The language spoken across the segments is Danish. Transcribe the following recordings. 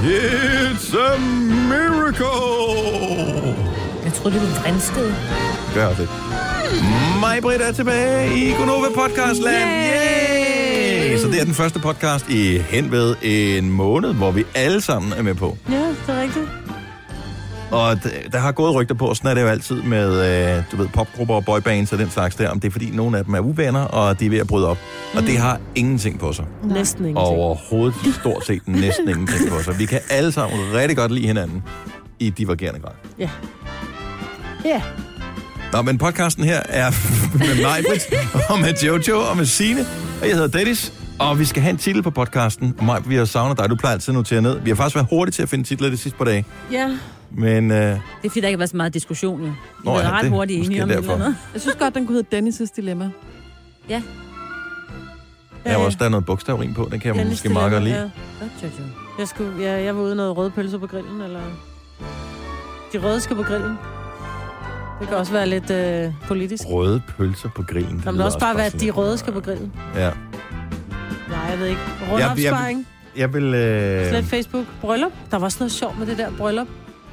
It's a miracle! Jeg troede, det var vrinskede. Gør det. Mig-Britt er tilbage i Gonova Podcastland. Yay! Så det er den første podcast i henved en måned, hvor vi alle sammen er med på. Ja, det er rigtigt. Og der har gået rygter på, og sådan er det jo altid med, du ved, popgrupper og boybands og den slags der, om det er fordi nogle af dem er uvenner, og de er ved at bryde op. Og det har ingenting på sig. Næsten ingenting. Overhovedet stort set næsten ingenting på sig. Vi kan alle sammen rigtig godt lide hinanden i divergerende grad. Ja. Ja. Nå, men podcasten her er med mig, Britt, og med Jojo og med Signe. Og jeg hedder Dennis, og vi skal have en titel på podcasten. Og mig, vi har savnet dig. Du plejer altid at notere ned. Vi har faktisk været hurtige til at finde titler de sidste par dage. Ja. Men, det er fordi, der ikke har været så meget diskussion. Vi er ret hurtigt enige om det eller noget. Jeg synes godt, den kunne hedde Dennis' Dilemma. Ja. Der er også der er noget bogstavrim på. Den kan jeg måske meget godt lide. Ja. Jeg var ude noget røde pølser på grillen, eller... De røde skal på grillen. Det kan også være lidt politisk. Røde pølser på grillen. Det kan også bare være, at de røde skal på grillen. Ja. Nej, jeg ved ikke. Rundopsparing. Jeg vil... Slet Facebook. Bryllup. Der var også noget sjovt med det der bryllup.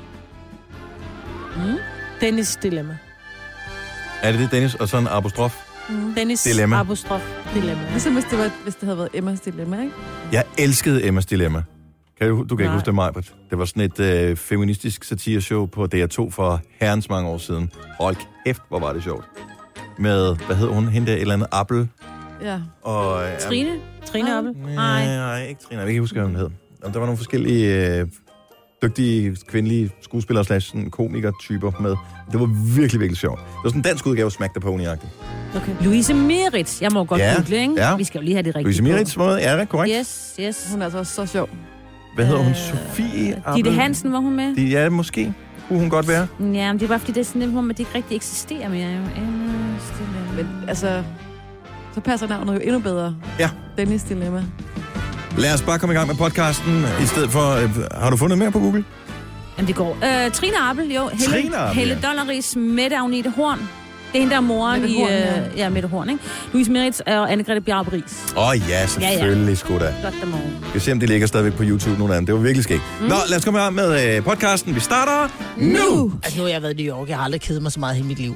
Dennis' Dilemma. Er det Dennis og sådan en apostrof? Dennis' Dilemma. Apostrof Dilemma. Ja. Ligesom hvis det havde været Emmas Dilemma, ikke? Jeg elskede Emmas Dilemma. Du kan ikke huske det, Majbert. Det var sådan et feministisk satireshow på DR2 for herrens mange år siden. Hold kæft, hvor var det sjovt. Med, hvad hed hun? Hende der, et eller andet Appel. Ja. Og, Trine? Trine Appel? Nej, ikke Trine. Jeg kan ikke huske, hvad hun hed. Der var nogle forskellige dygtige kvindelige skuespillere / komiker-typer med. Det var virkelig, virkelig sjovt. Det var sådan en dansk udgave af Smack the Pony-agtigt. Okay. Louise Meritz. Jeg må godt google, ikke? Ja. Vi skal jo lige have det rigtigt. Louise Meritz, er det korrekt? Yes. Hun er altså også så sjov. Hvad hedder hun? Sofie Appel? Ditte Hansen, var hun med? Ja, måske. Kunne hun godt være. Ja, men det er bare fordi, det er sådan nemt, at det ikke rigtig eksisterer mere. Men altså, så passer navnet jo endnu bedre. Ja. Dennis' Dilemma. Lad os bare komme i gang med podcasten, i stedet for... har du fundet mere på Google? Jamen, det går. Trine Appel, jo. Helle Dolleris, Mette Agnete Horn. Det er hende, der er moren Mette i... Horn, ja, Mette Horn, ikke? Louise Meritz og Anne-Grethe Bjarup Riis. Ja, selvfølgelig sgu da. Godt der morgen. Vi kan se, om det ligger stadigvæk på YouTube, nogle af dem. Det var virkelig skægt. Nå, lad os komme i gang med podcasten. Vi starter nu! Altså, nu har jeg været i New York. Jeg har aldrig kedet mig så meget i mit liv.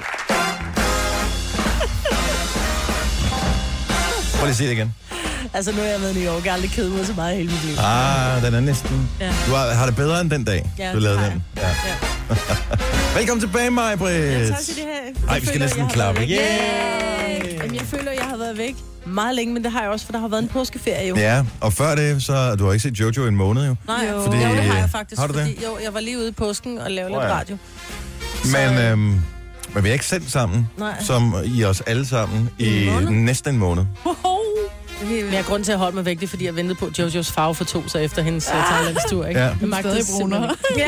Prøv lige at se det igen. Altså, nu har jeg været i New York. Jeg har aldrig kedet mig så meget i hele mit liv. Den er næsten... Ja. Du har det bedre end den dag, ja, du lavede det den. Ja. Velkommen tilbage, Maj-Britt. Ja, tak skal det have. Ej, vi skal næsten klappe. Jamen, jeg føler, jeg har været væk meget længe, men det har jeg også, for der har været en påskeferie jo. Ja, og før det, så du har ikke set Jojo i en måned jo. Nej, jo, fordi, det har jeg faktisk. Har du det? Jo, jeg var lige ude i påsken og lavede lidt radio. Men vi er ikke sendt sammen, som i os alle sammen, i næsten en månde. Men jeg har grund til at holde mig væk, det er, fordi jeg ventede på, at Jojos farve fortog sig efter hendes Thailands-tur, ikke? Ja. Jeg magtede brunere. Ja.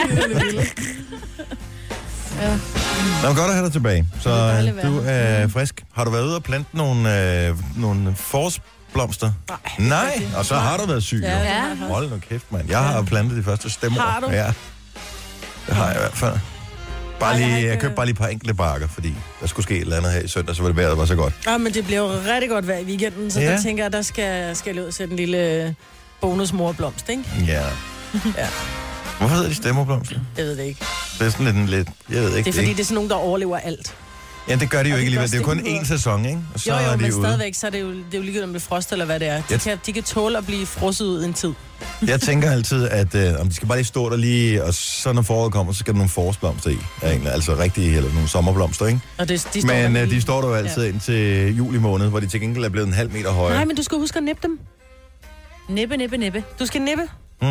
Ja. Nå, godt at have dig tilbage. Så dejligt, du er frisk. Har du været ude og plante nogle forårsblomster? Nej. Og så har du været syg. Ja. Hold nu kæft, mand. Jeg har plantet de første stemmer. Har du? Ja. Det har jeg i hvert fald. Jeg købte bare lige et par enkelte bakker, fordi der skulle ske et eller andet her i søndag, så var det vejret var så godt. Ja, men det bliver jo rigtig godt vejr i weekenden, så der tænker jeg, der skal jeg ud og sætte en lille bonusmorblomst, ikke? Ja. Hvorfor hedder de stemmerblomster? Jeg ved det ikke. Det er sådan lidt jeg ved ikke. Det er fordi, det er sådan nogen, der overlever alt. Ja, det gør de jo og ikke alligevel. Det er jo kun én sæson, ikke? Og så jo, er de men ude. stadigvæk, så er det jo ligegyldigt, om det er frost eller hvad det er. De kan tåle at blive frosset ud en tid. Jeg tænker altid, at om de skal bare lige stå der lige, og så når foråret kommer, så skal der nogle forårsblomster i. Altså rigtige, eller nogle sommerblomster, ikke? Og de står der jo altid ind til juli måned, hvor de til gengæld er blevet en halv meter højere. Nej, men du skal huske at nippe dem. Nippe. Du skal nippe.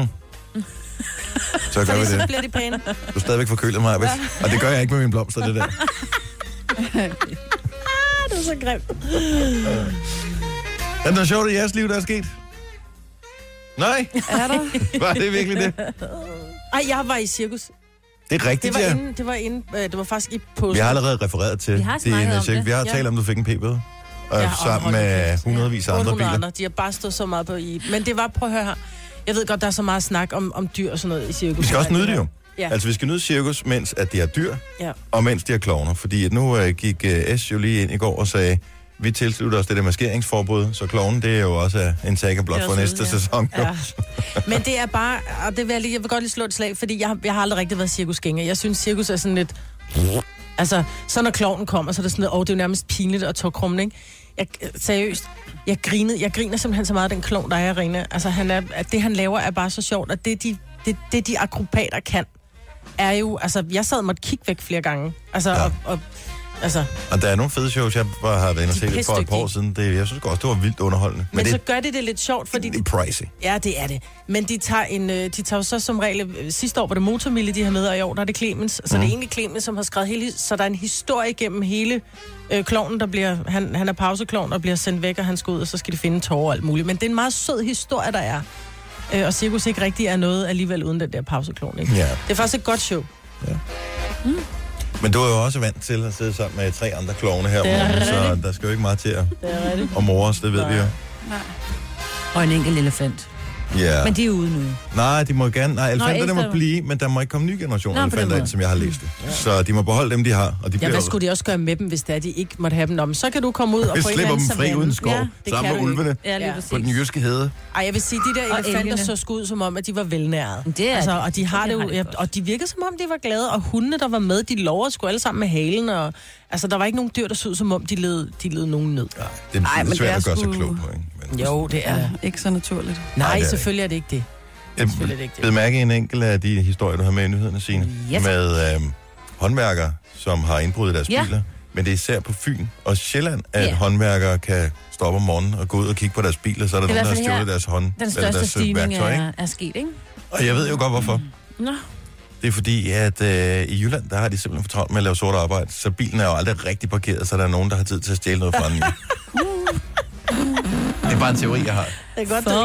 Så gør vi Så det. bliver de pæne. Du er stadigvæk forkølet mig, og det gør jeg ikke med mine blomster, det der. Det er så grimt. Er der noget sjovt i jeres liv, der er sket? Nej? Er der? Var det virkelig det? Ej, jeg var i cirkus. Det er rigtigt, Det var faktisk i påsken. Vi har allerede refereret til Vi har snakket om det. Vi har talt om, du fik en p-bøde. Sammen med hundredvis af andre biler. De har bare stået så meget på i. Men det var, prøv at høre her. Jeg ved godt, der er så meget snak om dyr og sådan noget i cirkus. Vi skal også nyde det jo. Ja. Altså, vi skal nyde cirkus, mens at de har dyr, ja. og mens de har klovner. Fordi at nu gik S jo lige ind i går og sagde, Vi tilslutter os det der maskeringsforbud, så klovnen, det er jo også en saga blot for næste sæson. Ja. Men det er bare, og det vil jeg vil godt lige slå et slag, fordi jeg har aldrig rigtig været cirkusgænger. Jeg synes, cirkus er sådan lidt... Altså, så når klovnen kommer, så er det sådan noget, det er jo nærmest pinligt at tårkrummen, ikke? Seriøst, jeg griner simpelthen så meget af den klovn, der er i arena. Altså, at det, han laver, er bare så sjovt, og det de akrobater kan, er jo... Altså, jeg sad og måtte kigge væk flere gange. Altså, ja. Og der er nogle fede shows, jeg bare har været inde og set det for et par år siden. Jeg synes også, det var vildt underholdende. Men så gør det lidt sjovt, fordi... Det er pricey. Ja, det er det. Men de tager så som regel... Sidste år var det Motormille, de har med, og i år der er det Clemens. Så det er egentlig Clemens, som har skrevet hele... Så der er en historie gennem hele klovnen, der bliver... Han er pauseklovn og bliver sendt væk, og han skal ud, og så skal de finde tårer og alt muligt. Men det er en meget sød historie, der er. Og cirkus ikke rigtig er noget alligevel uden den der pauseklovn, ikke? Ja. Det er faktisk et godt show. Ja. Men du er jo også vant til at sidde sammen med 3 andre klovne her, så der skal jo ikke meget til at mores, det ved vi jo. Nej. Og en enkelt elefant. Ja. Men de er ude nu. Nej, de må gerne... Nej, elefanterne må blive, men der må ikke komme ny generation elefanter ind, som jeg har læst det. Ja. Så de må beholde dem, de har. Og de hvad skulle de også gøre med dem, hvis de ikke måtte have dem om? Så kan du komme ud og få en eller anden dem fri uden skov, sammen med ulvene på den jyske hede. Ej, jeg vil sige, de der elefanter så skud ud som om, at de var velnærede. Det er altså, og de har det jo, og de virker som om, de var glade. Og hundene, der var med, de lover sgu alle sammen med halen. Og, altså, der var ikke nogen dyr, der så ud som om, de led nogen ned. Ja, det er svært at gøre sig klog på, ikke? Jo, det er ikke så naturligt. Nej, selvfølgelig er det ikke det. Jeg blev mærke en enkelt af de historier, du har med i nyhederne, Signe, med håndværkere, som har indbrud i deres biler. Men det er især på Fyn og Sjælland, at håndværkere kan stoppe om morgenen og gå ud og kigge på deres biler, så er der nogen, der har stjålet deres den største stigning værktøj, er sket, ikke? Og jeg ved jo godt, hvorfor. Nå. Det er fordi, at i Jylland, der har de simpelthen for travlt med at lave sort arbejde, så bilen er jo aldrig rigtig parkeret, så der er nogen, der har tid til at stjæle noget fra den. Det er bare en teori, jeg har. Det er godt,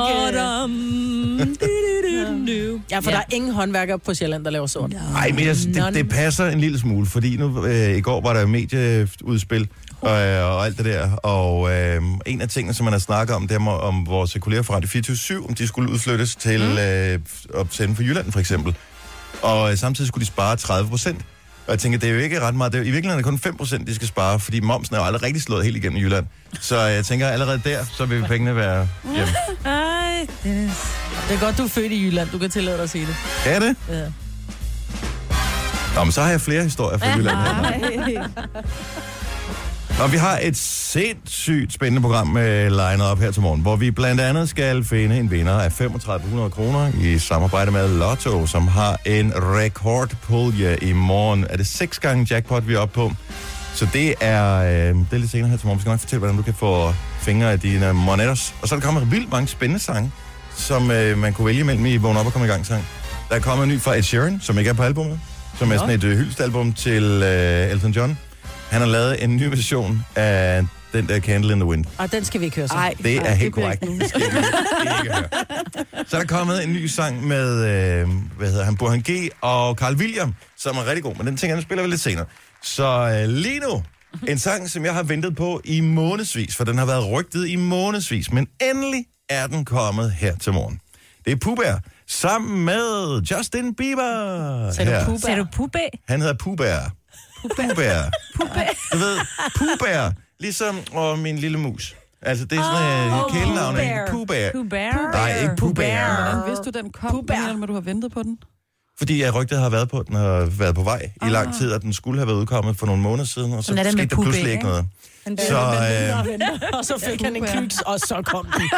Ja, for der er ingen håndværkere på Sjælland, der laver sort. Nej, men det passer en lille smule, fordi nu i går var der medieudspil og alt det der, og en af tingene, som man har snakket om, det er om vores kolleger fra Radio 24/7, om de skulle udflyttes til at sende for Jylland for eksempel. Og samtidig skulle de spare 30%. Og jeg tænker, det er jo ikke ret meget. Det er, i virkeligheden er det kun 5%, de skal spare, fordi momsen er jo aldrig rigtig slået helt igennem i Jylland. Så jeg tænker, allerede der, så vil pengene være hjemme. Ej, det er godt, du er født i Jylland. Du kan tillade dig at sige det. Er det? Ja. Nå, men så har jeg flere historier fra Jylland her. Og vi har et sindssygt spændende program linet op her til morgen, hvor vi blandt andet skal finde en vinder af 3500 kroner i samarbejde med Lotto, som har en rekordpulje i morgen. Er det 6 gange jackpot, vi er oppe på? Så det er lidt senere her til morgen. Vi skal nok fortælle, hvordan du kan få fingre af dine monetters. Og så er der kommet vildt mange spændende sange, som man kunne vælge mellem i Vågn op og komme i gang sang. Der er kommet en ny fra Ed Sheeran, som ikke er på albumet, som er sådan et hyldestalbum til Elton John. Han har lavet en ny version af den der Candle in the Wind. Og den skal vi ikke høre så. Det er helt korrekt. Det skal vi ikke høre. Så er der kommet en ny sang med Burhan G og Carl William, som er rigtig god, men den tænker jeg, spiller vi lidt senere. Så lige nu, en sang, som jeg har ventet på i månedsvis, for den har været rygtet i månedsvis, men endelig er den kommet her til morgen. Det er Pooh Bear, sammen med Justin Bieber. Sagde du Pooh Bear? Han hedder Pooh Bear. Pooh Bear. Du ved, Pooh Bear. Ligesom min lille mus. Altså, det er sådan et kælenavn, ikke? Pooh Bear. Pooh Bear. Nej, ikke Pooh Bear. Hvordan vidste du, den kom? Men du har ventet på den? Fordi rygtet har været på, den har været på vej i lang tid, og den skulle have været udkommet for nogle måneder siden, og så skete der pludselig ikke noget. Og så fik han en kyks, og så kom den.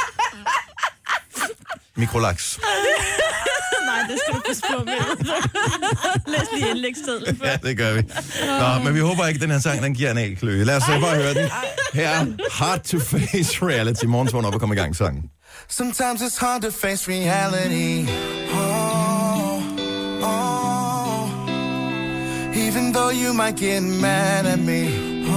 Mikrolaks. Nej, det skal du passe på med. Læs lige indlægsstedet. Ja, det gør vi. Nå, men vi håber ikke, at den her sang, den giver en A-kløe. Lad os bare høre den. Her, Hard to Face Reality. Morgens vågn op og komme i gang sangen. Sometimes it's hard to face reality. Even though you might get mad at me.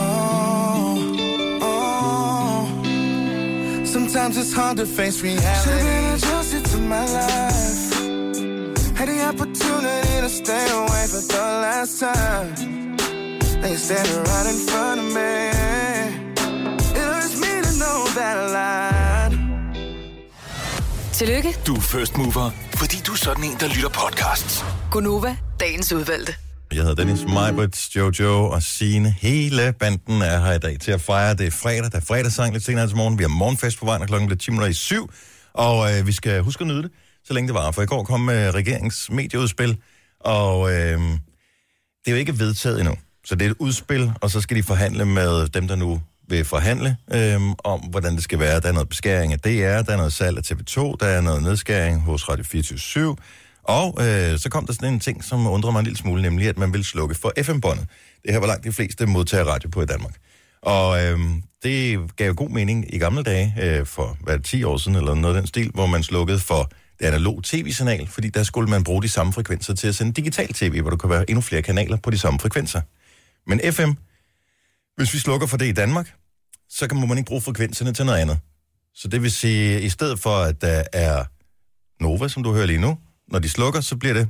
Sometimes it's hard to face reality. Should've been adjusted to my life. Had the opportunity to stay away for the last time. They standing right in front of me. It hurts me to know that I lied. Tillykke. Du er first mover, fordi du er sådan en, der lytter podcasts. Gunova, dagens udvalgte. Jeg hedder Dennis, Majbrit, Jojo og Signe. Hele banden er her i dag til at fejre. Det er fredag. Der er fredagssang lidt senere til morgen. Vi har morgenfest på vejen, og klokken bliver 7:10. Og vi skal huske at nyde det, så længe det var. For i går kom regeringens medieudspil, og det er jo ikke vedtaget endnu. Så det er et udspil, og så skal de forhandle med dem, der nu vil forhandle om, hvordan det skal være. Der er noget beskæring af DR, der er noget salg af TV2, der er noget nedskæring hos Radio 24/7. Og så kom der sådan en ting, som undrer mig en lille smule, nemlig at man vil slukke for FM-båndet. Det her var langt de fleste modtager radio på i Danmark. Og det gav jo god mening i gamle dage, for 10 år siden eller noget af den stil, hvor man slukkede for det analoge tv-signal, fordi der skulle man bruge de samme frekvenser til at sende digital tv, hvor der kan være endnu flere kanaler på de samme frekvenser. Men FM, hvis vi slukker for det i Danmark, så må man ikke bruge frekvenserne til noget andet. Så det vil sige, at i stedet for, at der er Nova, som du hører lige nu, når de slukker, så bliver det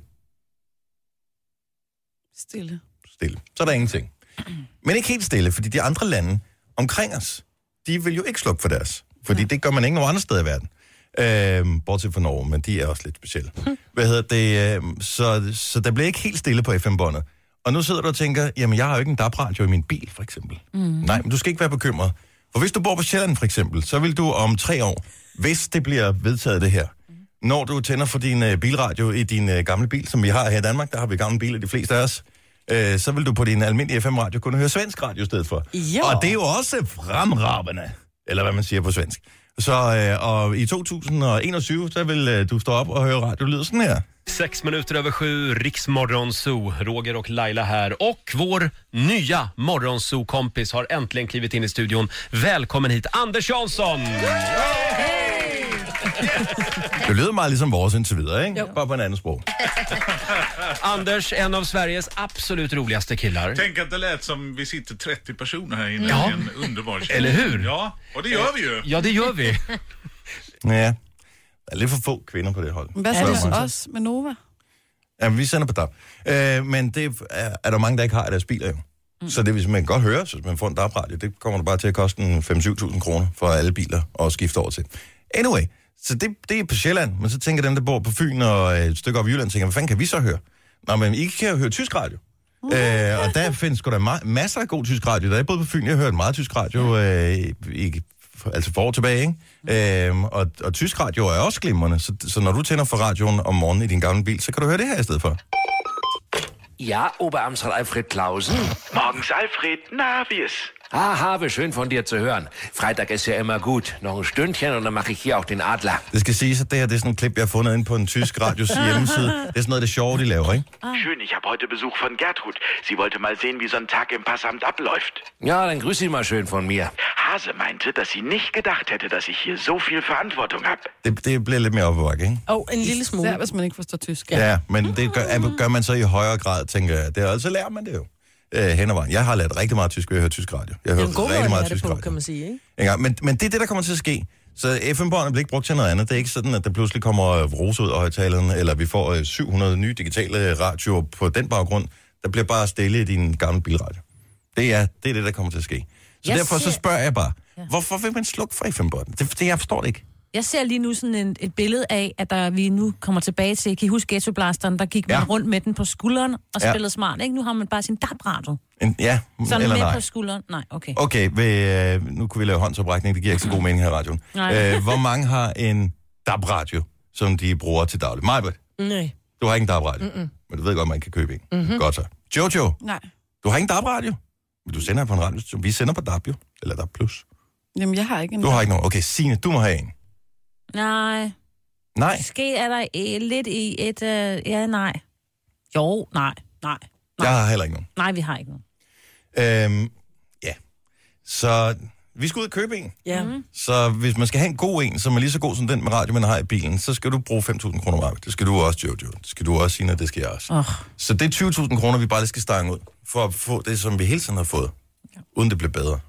stille. Så er der ingenting. Men ikke helt stille, fordi de andre lande omkring os, de vil jo ikke slukke for deres. Fordi det gør man ikke nogen andre steder i verden. Bortset fra Norge, men de er også lidt specielle. Så der bliver ikke helt stille på FM-båndet. Og nu sidder du og tænker, jamen jeg har jo ikke en DAB-radio i min bil, for eksempel. Nej, men du skal ikke være bekymret. For hvis du bor på Sjælland, for eksempel, så vil du om 3 år, hvis det bliver vedtaget det her, når du tænder for din bilradio i din gamle bil, som vi har her i Danmark, der har vi gamle biler, de fleste af os, så vil du på din almindelige FM-radio kunne høre svensk radio i stedet for. Jo. Og det er jo også fremragende, eller hvad man siger på svensk. Så og i 2021, så vil du stå op og høre radio, lyder sådan her. 7:06, Riksmorgon Zoo. Roger och Laila här. Och vår nya Morgonzoo-kompis har äntligen klivit in i studion. Välkommen hit, Anders Jansson! Det lyder meget ligesom vores indtil videre, ikke? Jo. Bare på en anden sprog. Anders, en av Sveriges absolut roligaste killar. Tänk att det lät som vi sitter 30 personer här inne i en underbar show. Eller hur? Ja, och det gör vi ju. Ja, det gör vi. Ja, der er lidt for få kvinder på det hold. Hvad så hos os med Nova? Ja, vi sender på DAB. Men det er der mange, der ikke har i deres biler jo. Så det vil man godt høre, hvis man får en DAB-radio. Det kommer der bare til at koste 5-7.000 kroner for alle biler at skifte over til. Anyway, så det er på Sjælland, men så tænker dem, der bor på Fyn og et stykke op i Jylland, tænker, hvad fanden kan vi så høre? Nå, men I kan jo høre tysk radio. Og der findes sgu da masser af god tysk radio. Der er både på Fyn, jeg har hørt meget tysk radio, altså for år tilbage, ikke? Og tysk radio er også glimrende, så når du tænder for radioen om morgenen i din gamle bil, så kan du høre det her i stedet for. Ja, Oberamtsrat Alfred Clausen. Morgens, Alfred. Na, wie es? Haha, wie schön von dir zu hören. Freitag ist ja immer gut. Noch ein Stündchen und dann mache ich hier auch den Adler. Det skal siges, at det her det er sådan en klip, jeg har fundet inde på en tysk radios hjemmeside. Det er sådan noget, det sjove, de laver, ikke? Schön, ich habe heute Besuch von Gertrud. Sie wollte mal sehen, wie so ein Tag im Passamt abläuft. Ja, dann grüß Sie mal schön von mir. Hase meinte, dass sie nicht gedacht hätte, dass ich hier so viel Verantwortung habe. Det bliver lidt mere opbevaret, ikke? En lille smule. Især hvis man ikke forstår tysk. Ja, men det gør man så i højere grad, tænker jeg. Det er altså lærer man det jo. Hen ad vejen. Jeg har lært rigtig meget tysk ved at høre tysk radio. Jeg har hørt rigtig meget tysk radio. Kan man sige, ikke? Men det er det, der kommer til at ske. Så FM-båndet bliver ikke brugt til noget andet. Det er ikke sådan, at der pludselig kommer rose ud af højtalerne, eller vi får 700 nye digitale radioer på den baggrund. Der bliver bare stille i din gamle bilradio. Det er det, der kommer til at ske. Så derfor så spørger jeg bare, hvorfor vil man slukke for FM-båndet? Det jeg forstår det ikke. Jeg ser lige nu sådan et billede af, at vi nu kommer tilbage til, kan I huske Ghetto Blasteren, der gik man rundt med den på skulderen og spillede smart, ikke? Nu har man bare sin DAB-radio. Sådan eller med nej. på skulderen? Nej, okay. Okay, nu kunne vi lave håndsoprækning, det giver ikke så god mening her i radioen. Hvor mange har en DAB-radio, som de bruger til daglig? Majbert? Nej. Du har ikke en DAB-radio, men du ved godt, man kan købe en. Godt så. Jojo? Nej. Du har ikke en DAB-radio? Men du sender på en radio, vi sender på DAB jo, eller DAB+. Jamen, jeg har ikke en. Du har ikke nogen. Okay, Signe, du må have en. Nej. Måske er der lidt i et... nej. Jo, nej. Jeg har heller ikke nogen. Nej, vi har ikke nogen. Ja. Så vi skal ud og købe en. Ja. Så hvis man skal have en god en, som er lige så god som den med radio, man har i bilen, så skal du bruge 5.000 kroner meget. Det skal du også, Jojo. Det skal du også, Signe, det skal jeg også. Så det er 20.000 kroner, vi bare skal stange ud, for at få det, som vi hele tiden har fået, uden det bliver bedre.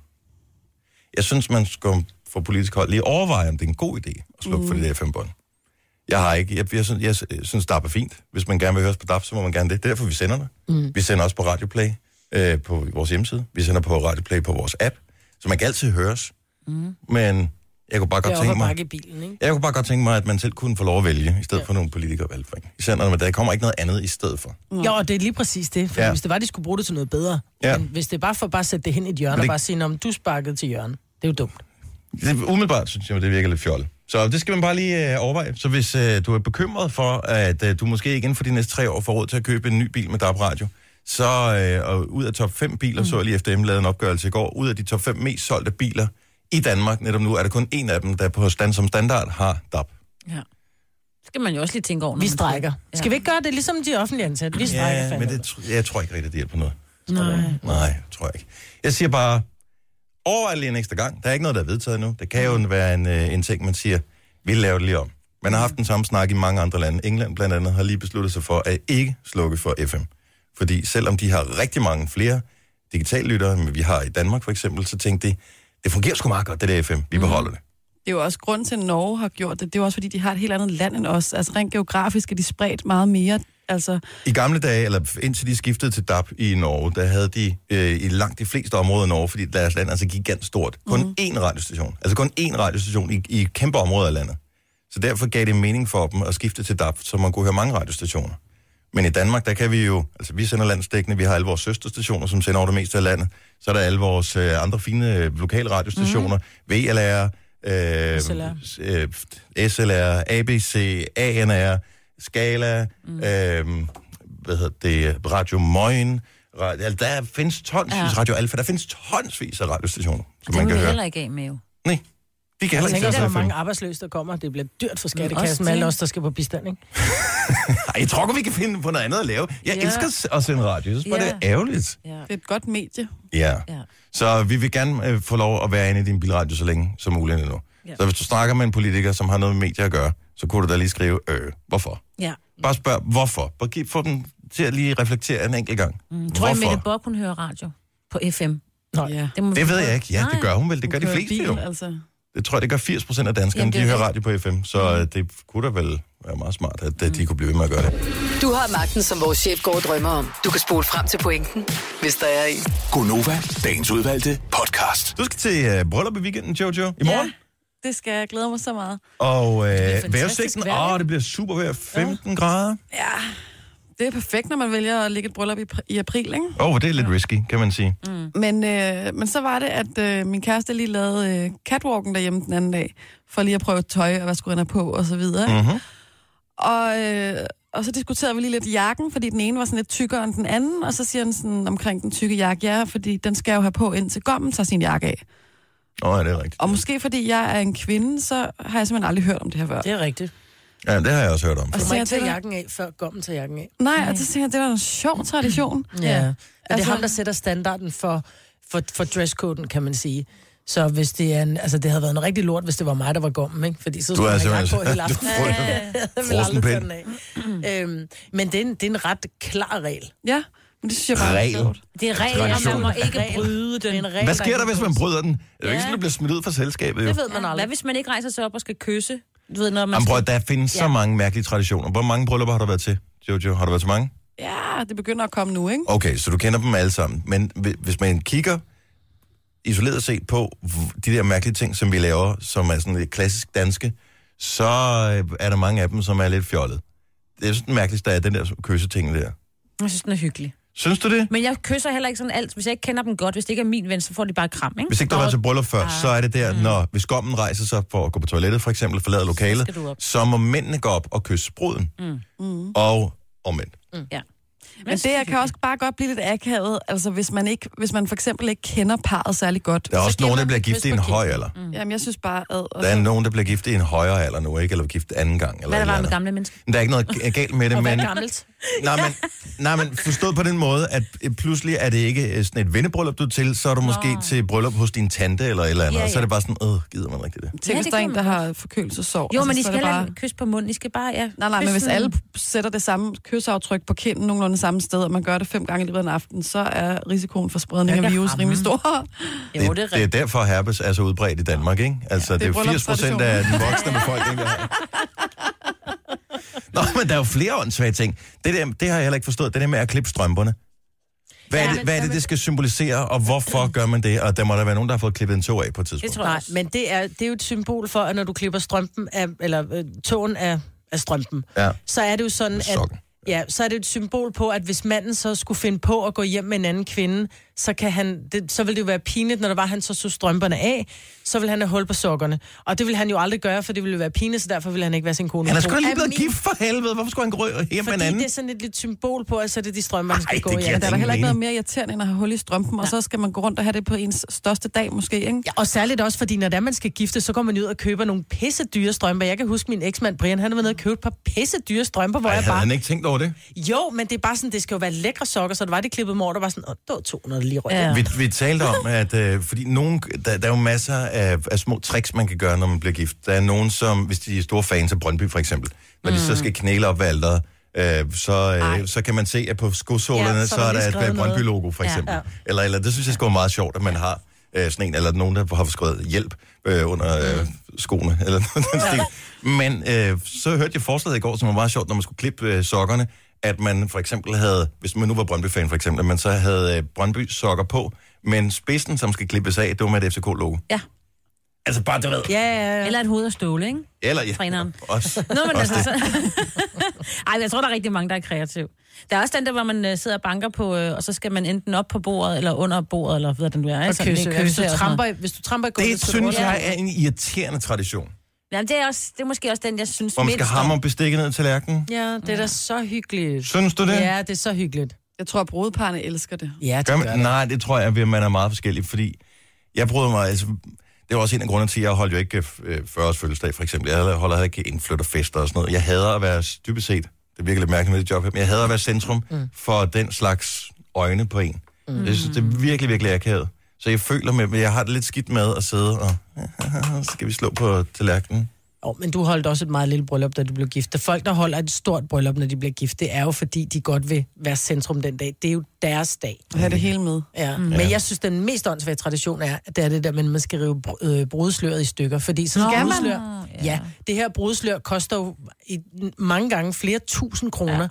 Jeg synes, man skal fra politisk hold lige overveje, om det er en god idé at slukke for det der FM-bånd. Jeg har ikke. Jeg synes, DAB er fint. Hvis man gerne vil høres på DAB, så må man gerne det. Det er derfor, vi sender det. Vi sender også på Radioplay på vores hjemmeside. Vi sender på Radioplay på vores app, så man kan altid høres. Men Jeg kunne bare godt tænke mig... i bilen, ikke? Jeg kunne bare godt tænke mig, at man selv kunne få lov at vælge, i stedet for nogle politikere valgte for. Især når der kommer ikke noget andet i stedet for. Jo, og det er lige præcis det. For hvis det var, de skulle bruge det til noget bedre. Ja. Men hvis det er bare for at bare sætte det hen i et hjørne og bare sige, om du sparkede til hjørne. Det er jo dumt. Umiddelbart synes jeg, det virker lidt fjollet. Så det skal man bare lige overveje. Så hvis du er bekymret for, at du måske ikke inden for de næste 3 år får råd til at købe en ny bil med DAB-radio, så og ud af top 5 biler, så jeg lige efter lavede en opgørelse i går, ud af de top 5 mest solgte biler i Danmark, netop nu er der kun en af dem, der på som standard har DAB. Ja. Det skal man jo også lige tænke over. Vi strækker. Ja. Skal vi ikke gøre det ligesom de offentlige ansatte? Vi strækker men jeg tror ikke rigtig, det hjælper noget. Nej, tror jeg ikke. Jeg siger bare, overvej lige en ekstra gang. Der er ikke noget, der er vedtaget nu. Det kan jo være en ting, man siger, vi laver det lige om. Man har haft den samme snak i mange andre lande. England blandt andet har lige besluttet sig for at ikke slukke for FM. Fordi selvom de har rigtig mange flere digitallyttere, end vi har i Danmark for eksempel, så tænkte de, det fungerer sgu meget godt, det der FM. Vi beholder det. Det er jo også grund til, at Norge har gjort det. Det er jo også, fordi de har et helt andet land end os. Altså rent geografisk er de spredt meget mere. Altså... I gamle dage, eller indtil de skiftede til DAB i Norge, der havde de i langt de fleste områder i Norge, fordi deres land altså gigant stort. Kun én radiostation. Altså kun én radiostation i kæmpe områder af landet. Så derfor gav det mening for dem at skifte til DAB, så man kunne høre mange radiostationer. Men i Danmark, der kan vi jo, altså vi sender landsdækkende, vi har alle vores søsterstationer, som sender over det meste af landet. Så er der alle vores andre fine lokale radiostationer, VLR, SLR, ABC, ANR, Skala, Radio Moin, der findes tonsvis Radio Alfa, der findes tonsvis af radiostationer, som man kan høre. Det er heller ikke af med jo. Nej. De kan heller ikke der er mange arbejdsløse, der kommer. Det bliver dyrt for skattekassen med alle os, der skal på bistand, ikke? Ej, jeg tror ikke, vi kan finde på noget andet at lave. Jeg elsker at sende radio. Jeg synes bare, det er ærgerligt. Ja. Det er et godt medie. Ja. Så vi vil gerne få lov at være inde i din bilradio så længe som muligt endnu. Ja. Så hvis du snakker med en politiker, som har noget med medier at gøre, så kunne du da lige skrive, hvorfor? Ja. Bare spørg, hvorfor? Bare få dem til at lige reflektere en enkelt gang. Tror jeg, Mette Bock, hun hører radio på FM? Nå, ja. Det ved jeg ikke. Ja, det gør hun vel. Det gør de fleste jo. Altså. Det tror jeg, det gør 80% af danskerne, de hører radio på FM. Så det kunne da vel være meget smart, at de kunne blive ved med at gøre det. Du har magten, som vores chef går og drømmer om. Du kan spole frem til pointen, hvis der er en. Gonova, dagens udvalgte podcast. Du skal til bryllup i weekenden, Jojo, i morgen. Ja, det skal jeg glæde mig så meget. Og vejrudsigten, det bliver super vejr, 15 grader. Ja, det er perfekt, når man vælger at lægge et bryllup i april, ikke? Det er lidt risky, kan man sige. Men så var det, at min kæreste lige lavede catwalken derhjemme den anden dag, for lige at prøve tøj og hvad skulle han på, og så videre. Mm-hmm. Og så diskuterede vi lige lidt jakken, fordi den ene var sådan lidt tykkere end den anden, og så siger han sådan omkring den tykke jakke, fordi den skal jo have på, indtil gommen tager sin jakke af. Ja, det er rigtigt. Og måske fordi jeg er en kvinde, så har jeg simpelthen aldrig hørt om det her før. Det er rigtigt. Ja, det har jeg også hørt om. Og så jeg tager jakken af, før gommen tager jakken af. Nej, og så siger jeg, det var en sjov tradition. Ja. Men det er ham, der sætter standarden for dresscoden, kan man sige. Så hvis det er det havde været en rigtig lort, hvis det var mig, der var gommen, ikke? Fordi så skulle jeg ikke på hele aften. Men det er en ret klar regel. Ja, men det synes jeg bare er sjovt. Det er regel, og man må ikke bryde den. Hvad sker der, hvis man bryder den? Det er jo ikke sådan, at du bliver smidt ud fra selskabet. Det ved man aldrig. Hvad hvis man ikke rejser sig op og skal kysse? Du ved, når man der findes så mange mærkelige traditioner. Hvor mange bryllupper har du været til, Jojo? Har du været til mange? Ja, det begynder at komme nu, ikke? Okay, så du kender dem alle sammen. Men hvis man kigger isoleret set på de der mærkelige ting, som vi laver, som er sådan lidt klassisk danske, så er der mange af dem, som er lidt fjollet. Det er sådan den mærkeligste af den der kysseting der. Jeg synes, den er hyggelig. Synes du det? Men jeg kysser heller ikke sådan alt. Hvis jeg ikke kender dem godt, hvis det ikke er min ven, så får de bare kram, ikke? Hvis ikke du har været til bryllup før, så er det der, hvis gommen rejser sig for at gå på toilettet, for eksempel, forlade lokalet, så må mændene gå op og kysse bruden. Og omvendt. Ja. Men det kan også bare godt blive lidt akavet, altså hvis man for eksempel ikke kender parret særlig godt. Der er også nogen, der bliver gift i en høj alder. Jamen, jeg synes bare... Der er nogen, der bliver gift i en højere alder nu, ikke? Eller gift anden gang. Eller hvad er der med gamle mennesker? Der er ikke noget galt med det, og men... hvad er gammelt? Nej, men forstået på den måde, at pludselig er det ikke sådan et vennebryllup, du er til, så er du måske til bryllup hos din tante eller et eller andet, og så er det bare sådan, gider man rigtigt det? Tænk, hvis der er en, der har forkølelsesår. Jo, men I skal heller ikke kysse på munden, I skal bare, Nej, men hvis alle sætter det samme kysaftryk på kinden nogenlunde samme sted, og man gør det 5 gange i løbet af en aften, så er risikoen for spredning af virus rimelig stor. Det er derfor herpes er så udbredt i Danmark, ikke? Altså, det er jo 80% af den voksne befolkning, der har. Nå, men der er jo flere åndssvage ting. Det har jeg heller ikke forstået. Det der med at klippe strømperne. Hvad er det skal symbolisere, og hvorfor gør man det? Og der må der være nogen, der har fået klippet en tog af på et tidspunkt. Det tror jeg. Nej, men det er jo et symbol for, at når du klipper strømpen af, eller tåen af strømpen, så er det jo sådan, at... så er det et symbol på, at hvis manden så skulle finde på at gå hjem med en anden kvinde, så vil det jo være pinligt, når der var, han så strømperne af, så vil han have hul på sokkerne. Og det vil han jo aldrig gøre, for det ville være pinligt, så derfor vil han ikke være sin kone. Han er sgu lige blevet gift for helvede. Hvorfor skulle han gå hjem med en anden? Fordi det er sådan et lidt symbol på, at så er det de strømper, han skal gå hjem. Der er heller ikke noget mere irriterende, end at have hul i strømpen, og så skal man gå rundt og have det på ens største dag måske, ikke? Ja, og særligt også, fordi når man skal gifte, så går man ud og køber nogle pisse dyre strømper. Jeg kan huske min eksmand Brian, han har været nede og købt et par pisse dyre strømper, hvor jeg bare... Havde han ikke tænkt over det? Jo, men det er bare sådan, det skal jo være lækre sokker, så det var det klippet mor, der var sådan, det var 200 lige rødt. Ja. Vi talte om, at fordi der er jo masser af små tricks, man kan gøre, når man bliver gift. Der er nogen, som, hvis de er store fans af Brøndby for eksempel, når de så skal knæle op ved alderet, så kan man se, at på skosålerne, så er der et Brøndby-logo for eksempel. Ja. Eller det synes jeg sgu er meget sjovt, at man har sådan en, eller nogen, der har skrevet hjælp under skoene, eller noget. Men så hørte jeg forslaget i går, som var meget sjovt, når man skulle klippe sokkerne, at man for eksempel havde, hvis man nu var Brøndby-fan for eksempel, man så havde Brøndby-sokker på, men spidsen, som skal klippes af, det var med et FCK-logo. Ja. Altså bare, du ved. Ja. Eller et hoved af ståle, ikke? Eller, ja. Træneren. Også. Nå, men også altså, ej, jeg tror, der er rigtig mange, der er kreative. Der er også den der, hvor man sidder og banker på, og så skal man enten op på bordet, eller under bordet, eller hvad den du er. Hvis du tramper i gulvet... Det synes jeg er en irriterende tradition. Jamen, det er måske også den, jeg synes hvor man skal hamre bestikket ned til lærken. Ja, det er da så hyggeligt. Synes du det? Ja, det er så hyggeligt. Jeg tror, at brudeparne elsker det. Ja, det gør det. Nej, det tror jeg, at man er meget forskellig, fordi jeg bryder mig... Altså, det var også en af grundene til, at jeg holdt jo ikke 40-års fødselsdag, for eksempel. Jeg holder ikke indflytterfester og sådan noget. Jeg hader at være dybest set, det virker lidt mærkeligt med det job her, men jeg hader at være centrum for den slags øjne på en. Jeg synes, det er virkelig, virkelig akavet. Så jeg føler med, jeg har det lidt skidt med at sidde og... Så skal vi slå på tallerkenen. Men du holdt også et meget lille bryllup, da du blev gift. Folk, der holder et stort bryllup, når de bliver gift, det er jo fordi, de godt vil være centrum den dag. Det er jo deres dag. Have det hele med. Ja. Men jeg synes, den mest åndssvage tradition er, at det er det der, men man skal rive brudsløret i stykker. Fordi så skal brudslør... Ja, det her brudslør koster jo mange gange flere 1000 kroner.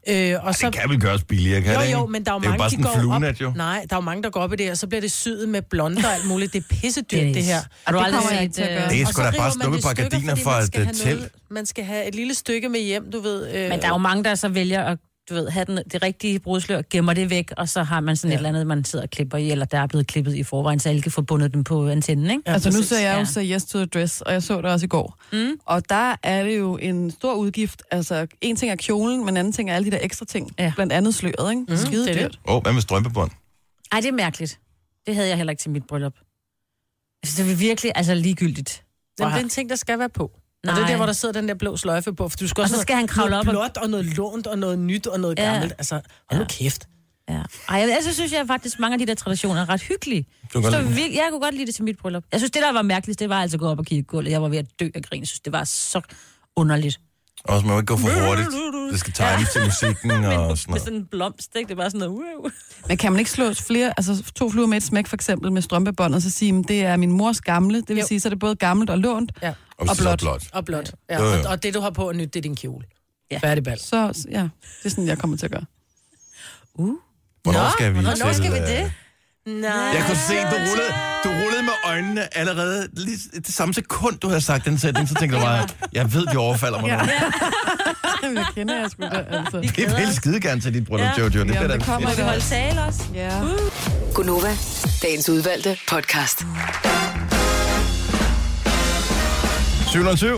Og så... Det kan vel gøres billigere, kan det ikke? Jo, men der er jo det er mange, jo bare sådan en jo. Nej, der er jo mange, der går op i det, og så bliver det syet med blonder og alt muligt. Det er pissedyrt, det her. Og du aldrig set... Det er sgu da bare snuppet på gardiner for et telt. Man skal have et lille stykke med hjem, du ved. Men der er jo mange, der så vælger at have det rigtige brudslør, gemmer det væk, og så har man sådan et eller andet, man sidder og klipper i, eller der er blevet klippet i forvejen, så alle kan få bundet dem på antennen, ikke? Altså nu ser jeg jo Say Yes to the Dress, og jeg så det også i går. Og der er det jo en stor udgift. Altså, en ting er kjolen, men en anden ting er alle de der ekstra ting. Blandt andet sløret, ikke? Skide dyrt. Hvad med strømpebånd? Ej, det er mærkeligt. Det havde jeg heller ikke til mit bryllup. Altså, det er virkelig ligegyldigt. Det er en ting, der skal være på. Nej. Og det er der, hvor der sidder den der blå sløjfe på, for du skal også så skal han kravle op blåt og noget lånt og noget nyt og noget gammelt. Altså, hold nu kæft. Ja. Ej, så synes jeg faktisk, mange af de der traditioner er ret hyggelige. Jeg kunne godt lide det til mit bryllup. Jeg synes, det der var mærkeligt, det var altså at gå op og kigge gulvet. Jeg var ved at dø af grin. Jeg synes, det var så underligt. Og så må man ikke gå for hurtigt. Det skal times til musikken og sådan noget. Med sådan en blomst, ikke? Det var sådan noget... Men kan man ikke slå 2 fluer med et smæk, for eksempel med strømpebånd, og så sige, at det er min mors gamle, det vil sige, så er det både gammelt og lånt, og blåt. Og blåt. Ja. Og det, du har på at nytte, det er din kjole. Ja. Færdig bal. Så ja, det er sådan, jeg kommer til at gøre. Hvornår skal vi det? Nej. Jeg kunne se, du rullede med øjnene allerede lige det samme sekund, du havde sagt den sætning, så tænkte jeg bare, jeg ved, de overfalder mig nu. Det kender jeg sgu da, altså. Det er helt skidegern til dit bryllup, Jojo. Det kommer vi holde tale også. Ja. Gunova, dagens udvalgte podcast. 707.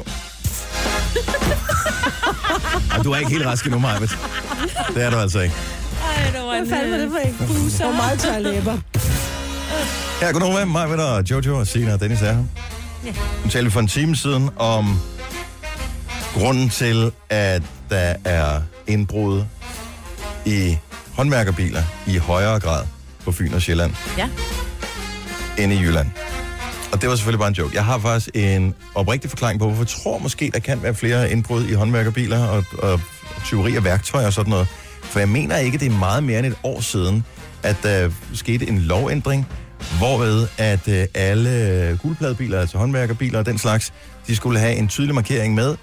Du er ikke helt rask endnu, Majbet. Det er du altså ikke. Hvad fanden var det for en buser? Hvor meget tør læber. Ja, godnova, Majbet og Jojo og Sina og Dennis er her. Ja. Nu talte vi for en time siden om grunden til, at der er indbrud i håndværkerbiler i højere grad på Fyn og Sjælland. Ja. End i Jylland. Og det var selvfølgelig bare en joke. Jeg har faktisk en oprigtig forklaring på, hvorfor jeg tror måske, der kan være flere indbrud i håndværkerbiler og tyveri af værktøj og sådan noget. For jeg mener ikke, det er meget mere end et år siden, at der skete en lovændring, hvorved at alle guldpladebiler, altså håndværkerbiler og den slags, de skulle have en tydelig markering med et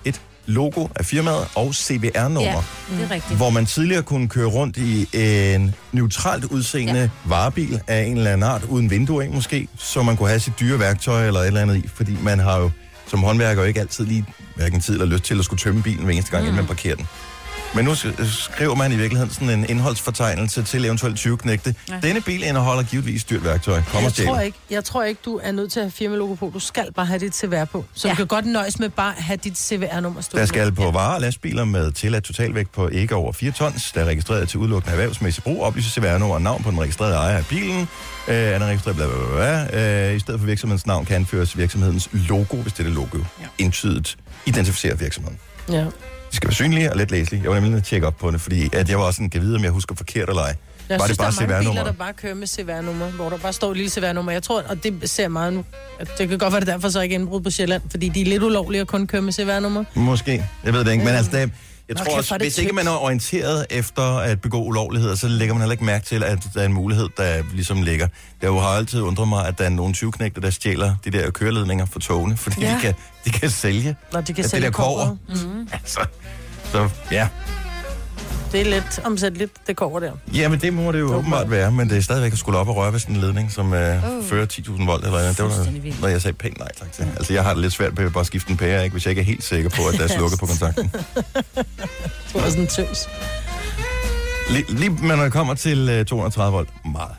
logo af firmaet og CVR-nummer. Ja, det er rigtigt. Hvor man tidligere kunne køre rundt i en neutralt udseende varebil af en eller anden art, uden vinduer måske, så man kunne have sit dyre værktøj eller et eller andet i, fordi man har jo som håndværker jo ikke altid lige hverken tid eller lyst til at skulle tømme bilen hver eneste gang, inden man parkerer den. Men nu skriver man i virkeligheden sådan en indholdsfortegnelse til eventuelt 20-knægte. Ja. Denne bil indeholder givetvis dyrt værktøj. Jeg tror ikke, du er nødt til at have firmalogo på. Du skal bare have dit CVR på. Så du kan godt nøjes med bare at have dit CVR-nummer stående. Der skal på varer og lastbiler med tilladt totalvægt på ikke over 4 tons, der er registreret til udelukkende erhvervsmæssig brug, oplyser CVR-nummer og navn på den registrerede ejer af bilen. Er den registreret bla. I stedet for virksomhedens navn kan anføres virksomhedens logo, hvis det er logo. Entydigt identificerer virksomheden. Ja. De skal være synlige og let læselige. Jeg var nemlig nødt til at tjekke op på det, fordi at jeg var også kan vide, om jeg husker forkert eller ej. Jeg var synes, det bare der er mange biler, CVR-nummer? der bare kører med CVR-nummer, hvor der bare står et lille CVR-nummer. Jeg tror, og det ser meget nu, at det kan godt være, det derfor så ikke indbrud på Sjælland, fordi de er lidt ulovlige at kun køre med CVR-nummer. Måske. Jeg ved det ikke, men altså jeg tror også, hvis ikke man er tyndt. orienteret efter at begå ulovligheder, så lægger man heller ikke mærke til, at der er en mulighed, der ligesom ligger. Der har altid undret mig, at der er nogle 20-knægte, der stjæler de der køreledninger for togene, fordi de kan sælge. Nå, de kan det sælge der kobber. Så ja. Det er lidt omsætteligt, det kommer der. Jamen, det må det jo åbenbart være, men det er stadigvæk at skulle op og røre ved sådan en ledning, som fører 10.000 volt eller andet. Det var noget, jeg sagde pænt nej tak til. Altså, jeg har det lidt svært ved at bare skifte en pære, ikke, hvis jeg ikke er helt sikker på, at der er slukket på kontakten. Det var sådan en tøs. Lige når det kommer til 230 volt, meget.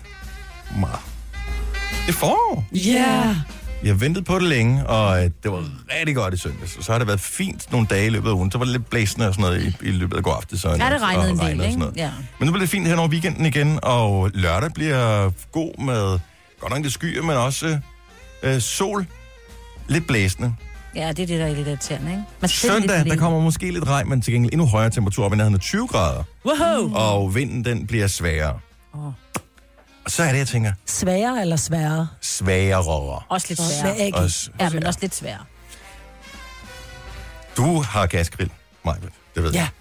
Det får. Ja. Jeg har ventet på det længe, og det var rigtig godt i søndags. Så har det været fint nogle dage i løbet af ugen. Så var det lidt blæsende og sådan noget i løbet af går aftes. Ja, det regnede en del, ikke? Ja. Men nu bliver det fint hen over weekenden igen, og lørdag bliver god med godt nok det skyer, men også sol. Lidt blæsende. Ja, det er det, der er lidt irriterende, ikke? Søndag, der kommer måske lidt regn, men til gengæld endnu højere temperatur, op i nærheden af 20 grader. Wow. Og vinden, den bliver sværere. Og så er det, jeg tænker... Sværere eller sværere? Sværere. Også lidt sværere. Ja, men også lidt sværere. Du har gasgrill, Majbert. Det ved jeg.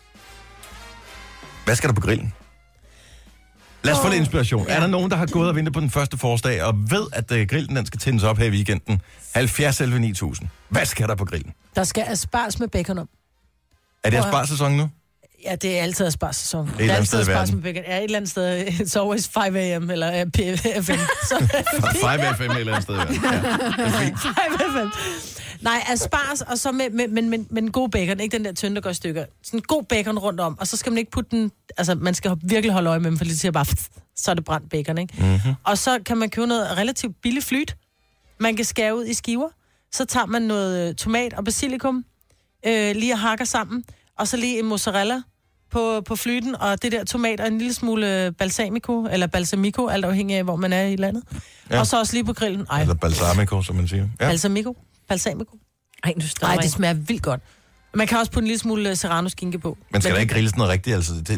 Hvad skal der på grillen? Lad os få lidt inspiration. Er der nogen, der har gået og ventet på den første forårsdag, og ved, at grillen den skal tændes op her i weekenden? 70-11-9000. Hvad skal der på grillen? Der skal asparges med bacon om. Er det asparges-sæson nu? Ja, det er altid asparges-sæson. Et eller andet sted i verden. Ja, et eller andet sted. It's always 5 a.m. eller FM. 5 FM et eller andet sted i verden. Ja, det er fint. 5 FM. Nej, asparges, og så med en god bacon. Ikke den der tynde, der går i stykker. Sådan en god bacon rundt om, og så skal man ikke putte den... Altså, man skal virkelig holde øje med dem, for lige til bare... Så er det brændt bacon, ikke? Mm-hmm. Og så kan man købe noget relativt billigt flyt. Man kan skære ud i skiver. Så tager man noget tomat og basilikum, lige og hakker sammen. Og så lige en mozzarella på flyten, og det der tomat og en lille smule balsamico, eller balsamico, alt afhængig af, hvor man er i landet. Ja. Og så også lige på grillen. Eller balsamico, som man siger. Ja. Balsamico. Ej, det smager vildt godt. Man kan også putte en lille smule serrano-skinke på. Men skal der ikke grilles noget rigtigt? Altså, det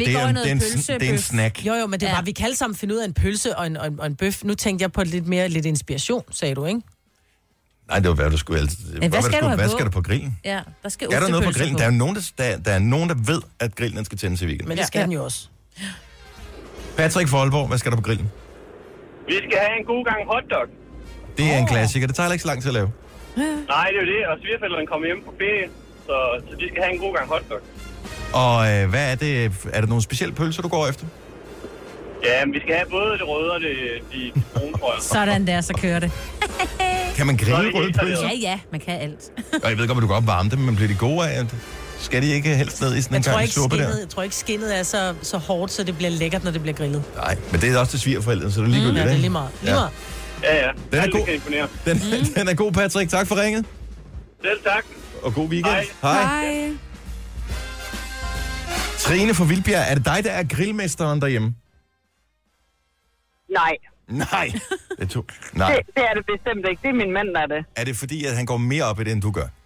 er en snack. Jo, men det var, vi kan alle sammen finde ud af en pølse og en bøf. Nu tænkte jeg på lidt inspiration, sagde du, ikke? Nej, det var hvad du skulle altid. Hvad skal der på grillen? Ja, der skal er der noget på grillen? På. Der er nogen, der ved, at grillen skal tændes i weekenden. Men det skal den jo også. Patrick Folborg, hvad skal der på grillen? Vi skal have en god gang hotdog. Det er en klassiker. Det tager ikke så lang tid at lave. Nej, det er jo det. Og svigerfælderne kommer hjem på ferie, så de skal have en god gang hotdog. Og hvad er det? Er det nogle specielle pølser, du går efter? Ja, vi skal have både det røde og de brune, tror jeg. Sådan der, så kører det. Kan man grille røde pølser? Ja, man kan alt. Og jeg ved godt, at du kan opvarme dem, men bliver de gode af? Skal de ikke helst ned i sådan en gang suppe der? Jeg tror ikke, skinnet er så hårdt, så det bliver lækkert, når det bliver grillet. Nej, men det er også til svigerforældre, så det er ligegyldigt, det er lige meget. Ja. Den er god. Den er god, Patrick. Tak for ringet. Selv tak. Og god weekend. Hej. Trine fra Vildbjerg, er det dig, der er grillmesteren derhjemme? Nej. Nej. Nej. Det er det bestemt ikke. Det er min mand, der er det. Er det fordi, at han går mere op i det, end du gør?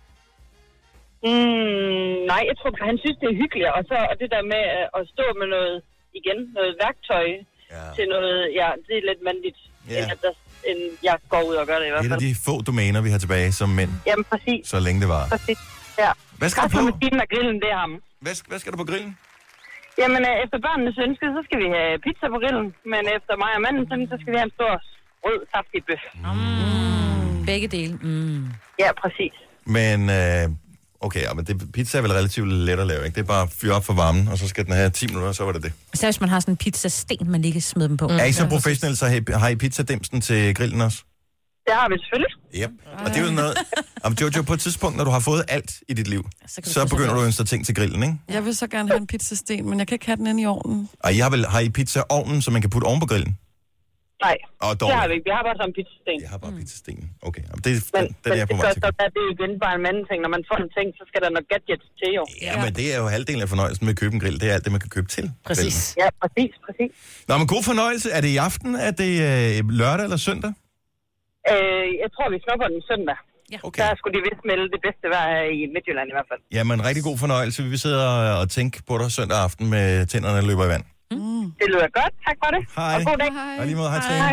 Nej, jeg tror, han synes, det er hyggeligt. Og så og det der med at stå med noget værktøj til noget, det er lidt mandligt. End jeg går ud og gør det i hvert fald. Et af de få domæner, vi har tilbage som mænd. Jamen, præcis. Så længe det var. Præcis, ja. Hvad skal der på? Maskinen og grillen, det er ham. Hvad skal der på grillen? Jamen, efter børnenes ønske, så skal vi have pizza på grillen. Men efter mig og manden, så skal vi have en stor rød, saftig bøf. Begge dele. Ja, præcis. Men Okay, ja, men pizza er vel relativt let at lave, ikke? Det er bare at fyre op for varmen, og så skal den have 10 minutter, og så var det det. Så hvis man har sådan en pizzasten, man lige kan smide dem på. Er I så professionelle, så har I pizzadimsen til grillen også? Det har vi selvfølgelig. Yep. Og det er jo noget... Om Jojo, på et tidspunkt, når du har fået alt i dit liv, så begynder du at ønske ting til grillen, ikke? Jeg vil så gerne have en pizzasten, men jeg kan ikke have den inde i ovnen. Og har I pizzaovnen, som man kan putte oven på grillen? Nej, det har vi ikke. Vi har bare sådan en pizzasten. Jeg har bare pizzasten. Okay, den er jeg på vej til. Men det er igen bare en anden ting. Når man får en ting, så skal der noget gadgets til, jo. Ja, men det er jo halvdelen af fornøjelsen med at købe en grill. Det er alt det, man kan købe til. Præcis. Ja, præcis. Nå, men god fornøjelse. Er det i aften? Er det lørdag eller søndag? Jeg tror, vi snupper den søndag. Ja. Okay. Der skulle de vist melde det bedste vejr her i Midtjylland i hvert fald. Jamen, rigtig god fornøjelse. Vi sidder og tænker på dig søndag aften med tænderne, der løber i vand. Det lyder godt. Tak for det. Hej. Og god dag. Og lige måde, hej til.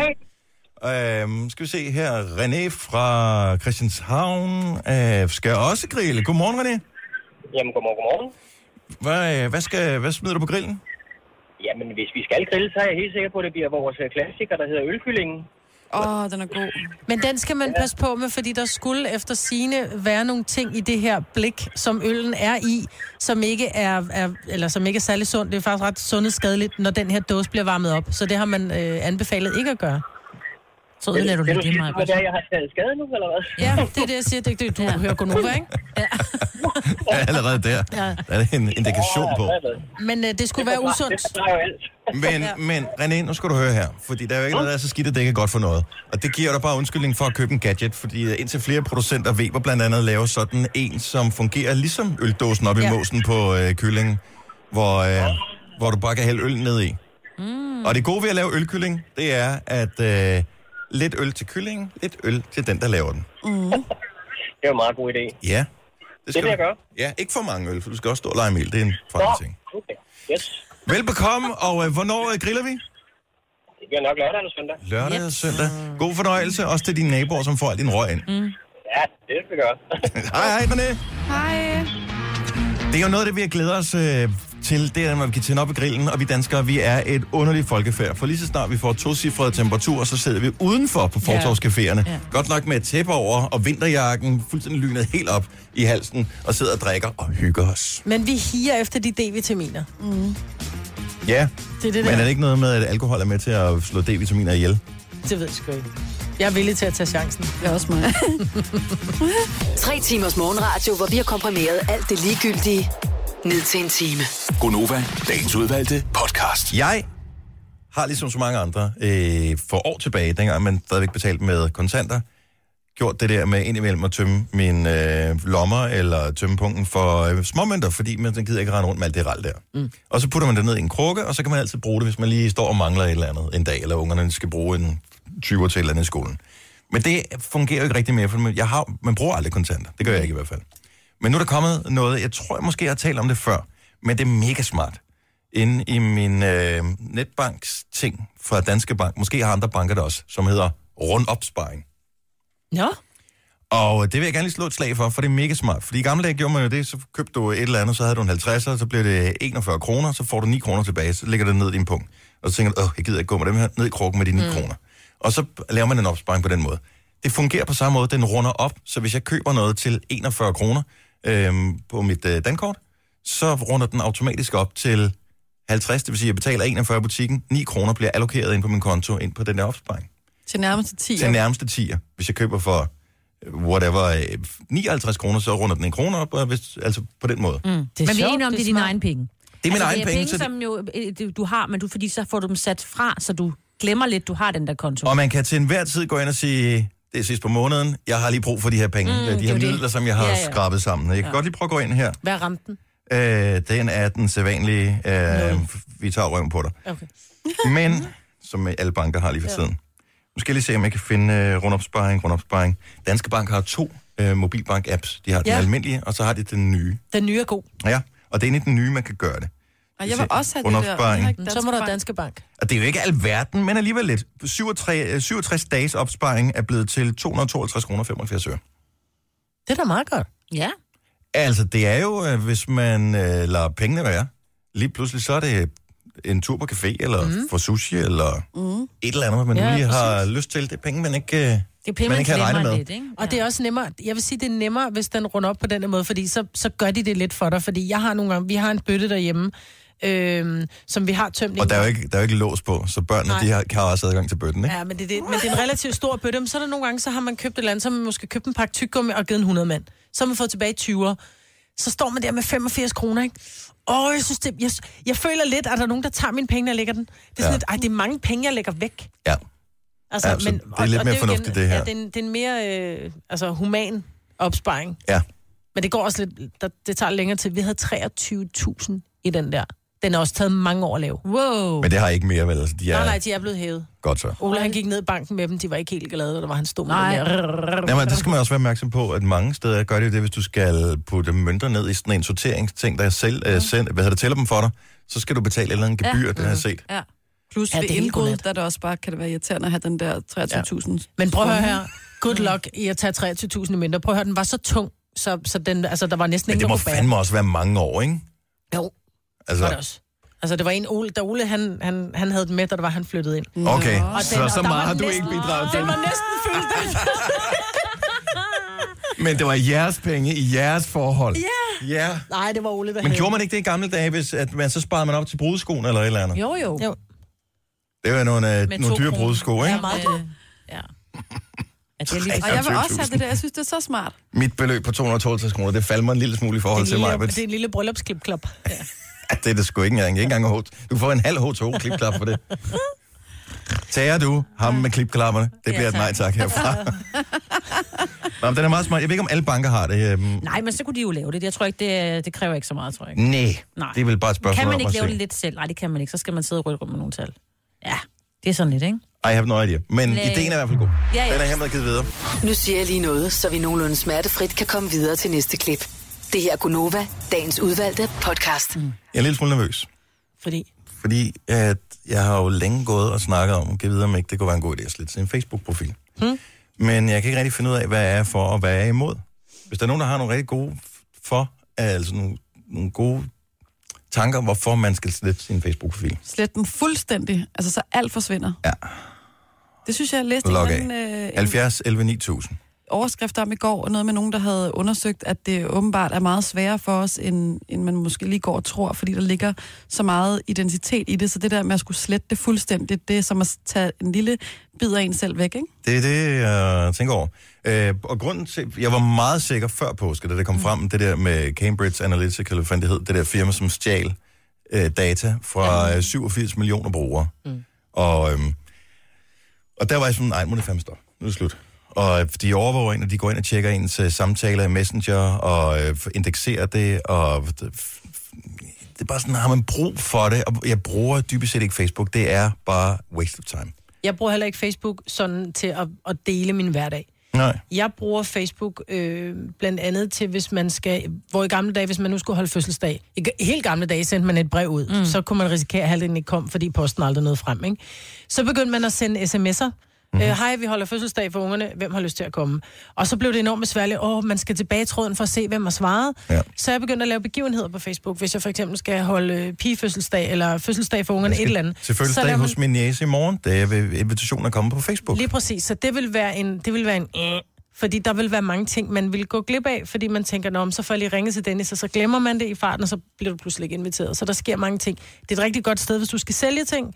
Skal vi se her. René fra Christianshavn skal også grille. Godmorgen, René. Jamen, godmorgen. Hvad smider du på grillen? Jamen, hvis vi skal grille, så er jeg helt sikker på, at det bliver vores klassiker, der hedder ølkyllingen. Den er god. Men den skal man passe på med, fordi der skulle efter sigende være nogle ting i det her blik, som øllen er i, som ikke er som ikke er særlig sundt. Det er faktisk ret sundhedsskadeligt, når den her dåse bliver varmet op. Så det har man anbefalet ikke at gøre. Så ødelægger du lidt mig. Det er, jeg har taget skade nu, eller hvad? Ja, det er det, jeg siger. Du hører Gonova, ikke? Ja. Allerede der. Ja. Der er det en indikation på. Men det skulle være usundt. Men René, nu skal du høre her. Fordi der er jo ikke noget, der er så skidt, at det ikke er godt for noget. Og det giver dig bare undskyldning for at købe en gadget. Fordi indtil flere producenter Weber blandt andet laver sådan en, som fungerer ligesom øldåsen op i måsen på kyllingen. Hvor du bare kan hælde øl ned i. Og det gode ved at lave ølkylling, det er, at lidt øl til kyllingen, lidt øl til den, der laver den. Det er jo en meget god idé. Ja. Det vil jeg gøre. Ja, ikke for mange øl, for du skal også stå og lege mel. Det er en farlig ting. Okay. Yes. Velbekomme, og hvornår griller vi? Det bliver nok lørdag eller søndag. Lørdag eller søndag. God fornøjelse, også til dine naboer, som får al din røg ind. Ja, det vil vi gøre. Hej, René. Hej. Det er jo noget, det vi glæder os til, det er, når vi kan tænde op i grillen, og vi danskere, vi er et underligt folkefærd. For lige så snart vi får 2-cifrede temperaturer, så sidder vi udenfor på fortovscaféerne. Ja. Godt nok med et tæppe over, og vinterjakken fuldstændig lynet helt op i halsen, og sidder og drikker og hygger os. Men vi higer efter de D-vitaminer. Ja, det men er det ikke noget med, at alkohol er med til at slå D-vitaminer ihjel? Det ved jeg sgu ikke. Jeg er villig til at tage chancen. Jeg er også mig. 3 timers morgenradio, hvor vi har komprimeret alt det ligegyldige ned til en time. Gonova, dagens udvalgte podcast. Jeg har ligesom så mange andre for år tilbage, dengang man stadigvæk betalte med kontanter, gjort det der med indimellem at tømme mine lommer eller tømme punkten for småmønter, fordi man gider ikke rende rundt med alt det rald der. Og så putter man det ned i en krukke, og så kan man altid bruge det, hvis man lige står og mangler et eller andet en dag, eller ungerne skal bruge en 20'er til et eller andet i skolen. Men det fungerer jo ikke rigtig mere, for man bruger aldrig kontanter. Det gør jeg ikke i hvert fald. Men nu er der kommet noget, jeg tror, jeg måske har talt om det før, men det er mega smart. Inde i min netbanks ting fra Danske Bank, måske har andre banker det også, som hedder rundopsparing. Ja. Og det vil jeg gerne lige slå et slag for det er mega smart. Fordi i gamle dage gjorde man jo det, så købte du et eller andet, så havde du en 50'er, så blev det 41 kroner, så får du 9 kroner tilbage, så lægger det ned i din punkt. Og så tænker du, jeg gider ikke gå med dem her ned i krukken med de 9 kroner. Og så laver man en opsparing på den måde. Det fungerer på samme måde, den runder op, så hvis jeg køber noget til 41 kroner på mit dankort, så runder den automatisk op til 50, det vil sige, at jeg betaler 41 i butikken, 9 kroner bliver allokeret ind på min konto, ind på den der opsparing. Til nærmeste 10'er? Til nærmeste 10'er. Hvis jeg køber for whatever, 59 kroner, så runder den 1 krone op, altså på den måde. Men vi er enige om, det er dine egne penge. Det er mine egne penge, så som jo, du har, men fordi så får du dem sat fra, så du glemmer lidt, du har den der konto. Og man kan til enhver tid gå ind og sige, det er sidst på måneden, jeg har lige brug for de her penge, de her midler, som jeg har skrabet sammen. Jeg kan godt lige prøve at gå ind her. Hvad er renten? Den er den sædvanlige, vi tager røven på dig. Okay. Men, som alle banker har lige for tiden. Nu skal jeg lige se, om jeg kan finde rundopsparing. Danske Bank har 2 mobilbank-apps. De har den almindelige, og så har de den nye. Den nye er god. Ja, og det er inde i den nye, man kan gøre det. Og jeg vil også have det der. Så må der Danske Bank. Og det er jo ikke alverden, men alligevel lidt. 67 dages opsparing er blevet til 252 kroner 75 øre. Det er da meget godt. Ja. Altså, det er jo, hvis man lader pengene være. Lige pludselig så er det en tur på café, eller få sushi, eller et eller andet, man lige har lyst til. Det er penge, man ikke, det er penge, man ikke kan regne med. Lidt, ikke? Og det er også nemmere, jeg vil sige, det er nemmere, hvis den runder op på den måde, fordi så gør de det lidt for dig, fordi jeg har nogle gange, vi har en bøtte derhjemme, som vi har tømt. Og der er jo ikke lås på, så børnene, har også adgang til bøtten, ikke? Ja, men det er en relativt stor bøtte, men så er der nogle gange, så har man købt et eller andet, så har man måske købt en pakke tyggegummi og givet en 100 mand. Så har man fået tilbage 20'er. Så står man der med 85 kroner, ikke? Jeg synes jeg føler lidt, at der er nogen, der tager mine penge og lægger den. Det er sådan det er mange penge, jeg lægger væk. Ja. Altså, men, det er lidt mere fornuftigt, det her. Ja, det er en mere human opsparing. Ja. Men det går også lidt, det tager længere til. Vi havde 23.000 i den der. Den har også taget mange år at lave. Wow. Men det har ikke mere, vel? Altså, Nej, de er blevet hævet. Godt så. Ole, han gik ned i banken med dem, de var ikke helt glade, og der var han stod med den der. Jamen, det skal man også være opmærksom på, at mange steder gør det hvis du skal putte mønter ned i sådan en sorteringsting, der tæller dem for dig, så skal du betale et eller andet gebyr, det har jeg set. Ja. Plus ved indbrud, der det også bare kan det være irriterende at have den der 23.000. Men prøv at høre her. Good luck i at tage 23.000 mindre. Prøv at høre, den var så tung, så den, altså, der var næsten ikke noget. Men det må fandme også være mange år, ikke? Jo, altså, var det også. Altså, det var en Ole, da Ole, han havde den med, da han flyttede ind. Okay, så meget har du ikke bidraget til. Den var næsten fyldt. Men det var jeres penge i jeres forhold. Ja. Nej, det var Ole, der Men gjorde man ikke det i gamle dage, hvis at man så sparede man op til brudeskoen eller et eller andet? Jo. Det var nogle dyre brudesko, ikke? Ja, meget dyre. Ja. Og jeg vil også have det der. Jeg synes, det er så smart. Mit beløb på 252 kroner, det faldt mig en lille smule i forhold til mig. Det er en lille bryllupsklipklap. Ja. Det er det sgu ikke engang. Ikke engang du får en halv H2-klipklap for det. Tager du ham med klipklapperne? Det bliver et nej tak herfra. Nå, men den er meget smart. Jeg ved ikke, om alle banker har det. Nej, men så kunne de jo lave det. Jeg tror ikke, det kræver ikke så meget, tror jeg ikke. Nej, det er vel bare et spørgsmål om at se. Kan man ikke lave det lidt selv? Nej, det kan man ikke. Så skal man sidde og rykke med nogle tal. Ja, det er sådan lidt, ikke? I have no idea. Men ideen er i hvert fald god. Ja. Den er hermed givet videre. Nu siger jeg lige noget, så vi nogenlunde smertefrit kan komme videre til næste klip. Det her er Gunova, dagens udvalgte podcast. Jeg er en lille smule nervøs. Fordi at jeg har jo længe gået og snakket om, at videre, om ikke det kunne være en god idé at slette sin Facebook-profil. Men jeg kan ikke rigtig finde ud af, hvad jeg er for og hvad jeg er imod. Hvis der er nogen, der har nogle rigtig gode nogle gode tanker, hvorfor man skal slette sin Facebook-profil. Slet den fuldstændig, altså så alt forsvinder. Ja. Det synes jeg læste en 70 11 9000. Overskrifter om i går, noget med nogen, der havde undersøgt, at det åbenbart er meget sværere for os, end man måske lige går og tror, fordi der ligger så meget identitet i det. Så det der med at skulle slette det fuldstændigt, det er som at tage en lille bid af en selv væk, ikke? Det er det, jeg tænker over. Og grunden til, jeg var meget sikker før påske, da det kom frem, det der med Cambridge Analytica, eller hvad det hed, det der firma, som stjal data fra 87 millioner brugere. Og der var jeg sådan, nej, må det fandme stoppe. Nu er det slut. Og de overvåger en, og de går ind og tjekker ens samtaler i Messenger, og indekserer det, og det er bare sådan, har man brug for det? Og jeg bruger dybest set ikke Facebook, det er bare waste of time. Jeg bruger heller ikke Facebook sådan til at dele min hverdag. Nej. Jeg bruger Facebook blandt andet til, hvis man skal, hvor i gamle dage, hvis man nu skulle holde fødselsdag, i helt gamle dage sendte man et brev ud, så kunne man risikere, at halvdelen ikke kom, fordi posten aldrig nåede frem, ikke? Så begyndte man at sende sms'er. Hej, vi holder fødselsdag for ungerne. Hvem har lyst til at komme? Og så blev det enormt besværligt. Man skal tilbage i tråden for at se, hvem har svaret. Ja. Så jeg begyndte at lave begivenheder på Facebook, hvis jeg for eksempel skal holde pigefødselsdag, eller fødselsdag for ungerne, et eller andet. Til fødselsdag hos min niece i morgen, da jeg vil invitationen at komme på Facebook. Lige præcis. Så det vil være en fordi der vil være mange ting, man vil gå glip af, fordi man tænker, så får jeg lige ringet til Dennis, og så glemmer man det i farten, og så bliver du pludselig ikke inviteret. Så der sker mange ting. Det er et rigtig godt sted, hvis du skal sælge ting.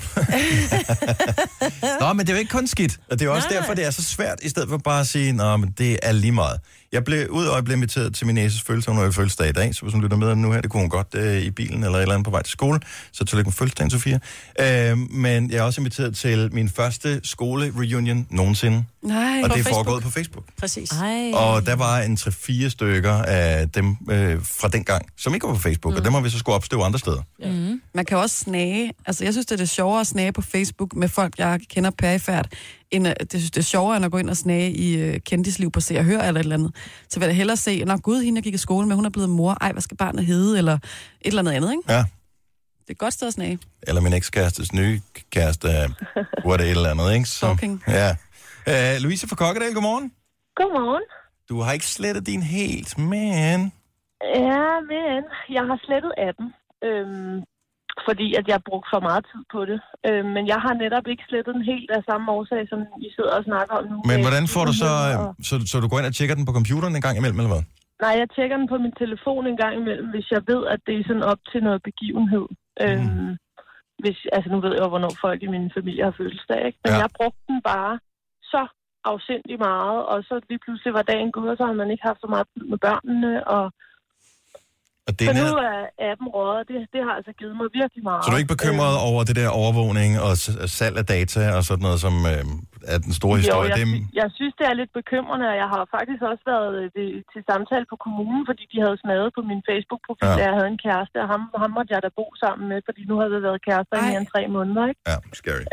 Nå, men det er jo ikke kun skidt. Og det er også derfor, det er så svært, i stedet for bare at sige, men det er lige meget. Jeg blev inviteret til min næses fødselsdag, hun har fødselsdag i dag, så hvis hun lytter med nu her, det kunne hun godt i bilen eller et eller andet på vej til skole, så tillykke med fødselsdagen, Sofia. Men jeg er også inviteret til min første skole-reunion nogensinde. Nej, og det er foregået på Facebook. Præcis. Og der var en 3-4 stykker af dem fra den gang, som ikke var på Facebook, og dem har vi så skulle opstøve andre steder. Man kan også snage. Altså, jeg synes, det er sjovere at snage på Facebook med folk, jeg kender perifært, det er sjovere, end at gå ind og snage i kendisliv på Se og Hør eller et eller andet. Så vil jeg hellere se, gud, hende jeg gik i skole med, hun er blevet mor. Ej, hvad skal barnet hedde? Eller et eller andet, ikke? Ja. Det er et godt sted at snage. Eller min ekskærestes nye kæreste, hvor det et eller andet, ikke? Stalking. Ja. Louise fra Kokkedal, godmorgen. Godmorgen. Du har ikke slettet din helt, men... Ja, men jeg har slettet 18. fordi at jeg brugte for meget tid på det. Men jeg har netop ikke slettet den helt af samme årsag, som I sidder og snakker om nu. Men hvordan får du så du går ind og tjekker den på computeren en gang imellem, eller hvad? Nej, jeg tjekker den på min telefon en gang imellem, hvis jeg ved, at det er sådan op til noget begivenhed. Nu ved jeg jo, hvornår folk i min familie har fødselsdag, ikke? Men jeg brugte den bare så afsindig meget, og så lige pludselig var dagen gået, og så har man ikke haft så meget tid med børnene, og så nu er appen røget, det har altså givet mig virkelig meget. Så du er ikke bekymret over det der overvågning og salg af data og sådan noget, som er den store historie? Jo, jeg synes, det er lidt bekymrende, og jeg har faktisk også været til samtale på kommunen, fordi de havde smadret på min Facebook-profil, at jeg havde en kæreste, og ham måtte jeg da bo sammen med, fordi nu har vi været kærester i mere end 3 måneder, ikke? Ja, scary.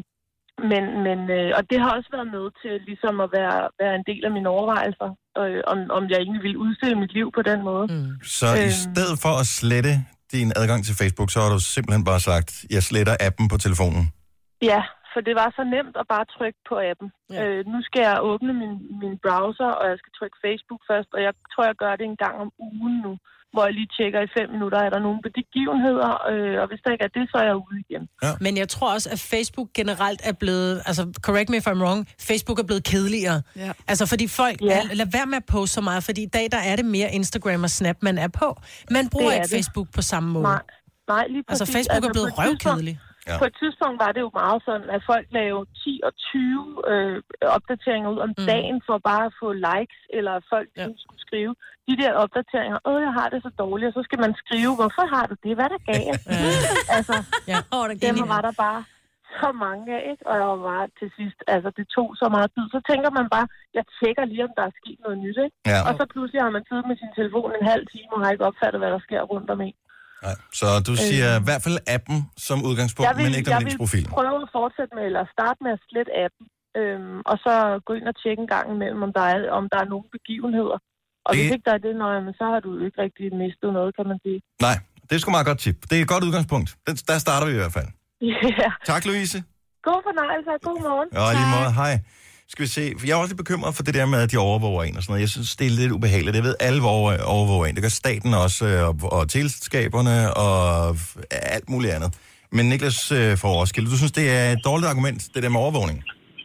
Og det har også været med til ligesom at være en del af mine overvejelser, om jeg egentlig ville udstille mit liv på den måde. Så i stedet for at slette din adgang til Facebook, så har du simpelthen bare sagt, jeg sletter appen på telefonen? Ja, for det var så nemt at bare trykke på appen. Ja. Nu skal jeg åbne min browser, og jeg skal trykke Facebook først, og jeg tror, jeg gør det en gang om ugen nu, hvor jeg lige tjekker i 5 minutter, er der nogle begivenheder, og hvis der ikke er det, så er jeg ude igen. Ja. Men jeg tror også, at Facebook generelt er blevet, altså correct me if I'm wrong, Facebook er blevet kedeligere. Ja. Altså fordi folk, lad være med at poste så meget, fordi i dag, der er det mere Instagram og Snap, man er på. Man bruger ikke Facebook på samme måde. Nej, lige præcis. Altså Facebook er blevet røvkedelig. Ja. På et tidspunkt var det jo meget sådan, at folk lavede 10 og 20 opdateringer ud om dagen for bare at få likes, eller folk skulle skrive de der opdateringer. Jeg har det så dårligt, og så skal man skrive, hvorfor har du det? Hvad er der galt? Altså, dem var der bare så mange af, ikke? Og jeg var bare til sidst, altså det tog så meget tid. Så tænker man bare, jeg tjekker lige, om der er sket noget nyt, ikke? Ja. Og så pludselig har man siddet med sin telefon en halv time, og har ikke opfattet, hvad der sker rundt om en. Nej. Så du siger i hvert fald appen som udgangspunkt, men ikke der livsprofil. Jeg vil prøve at fortsætte med, eller starte med at slette appen, og så gå ind og tjekke en gang imellem, om der er nogle begivenheder. Og hvis ikke der er det, så har du ikke rigtig mistet noget, kan man sige. Nej, det er sgu meget godt tip. Det er et godt udgangspunkt. Der starter vi i hvert fald. Ja. Tak, Louise. God fornøjelse og god morgen. Ja, lige måde. Hej. Skal vi se, for jeg er også lidt bekymret for det der med, at de overvåger en og sådan noget. Jeg synes, det er lidt ubehageligt. Jeg ved, alle overvåger en. Det gør staten også, og teleselskaberne, og alt muligt andet. Men Niklas for Roskilde, du synes, det er et dårligt argument, det der med overvågning?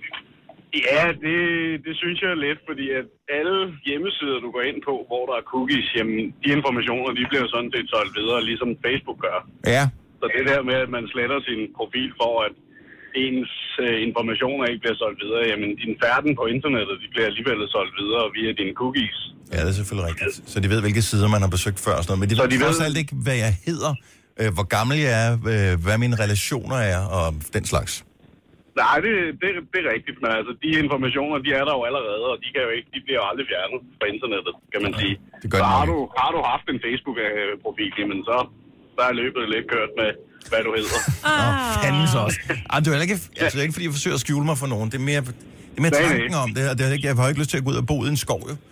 Ja, det synes jeg lidt, fordi at alle hjemmesider, du går ind på, hvor der er cookies, jamen, de informationer, de bliver sådan set solgt videre, ligesom Facebook gør. Ja. Så det der med, at man sletter sin profil for, at ens informationer ikke bliver solgt videre, jamen din færden på internettet, de bliver alligevel solgt videre via dine cookies. Ja, det er selvfølgelig rigtigt. Så de ved, hvilke sider man har besøgt før og sådan noget. Men de ved trods alt ikke, hvad jeg hedder, hvor gammel jeg er, hvad mine relationer er og den slags. Nej, det er rigtigt, men altså de informationer, de er der jo allerede, og de bliver jo aldrig fjernet fra internettet, kan man sige. Så har du haft en Facebook-profil, jamen så er løbet lidt kørt med, hvad du hedder. Fanden så også. Det er ikke, altså, ikke, fordi jeg forsøger at skjule mig for nogen. Det er mere tanken om det. Jeg har ikke lyst til at gå ud og bo i en skov, jo.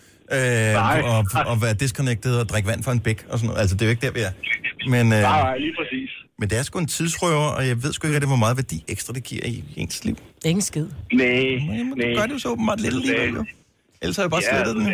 Og være disconnected og drikke vand fra en bæk og sådan noget. Altså, det er jo ikke der, vi er. Men, nej, lige præcis. Men det er sgu en tidsrøver, og jeg ved sgu ikke rigtig, hvor meget værdi ekstra det giver i ens liv. Ingen skid. Nej. Det gør det jo så åbenbart lidt alligevel, jo. Ellers har jeg bare slettet den.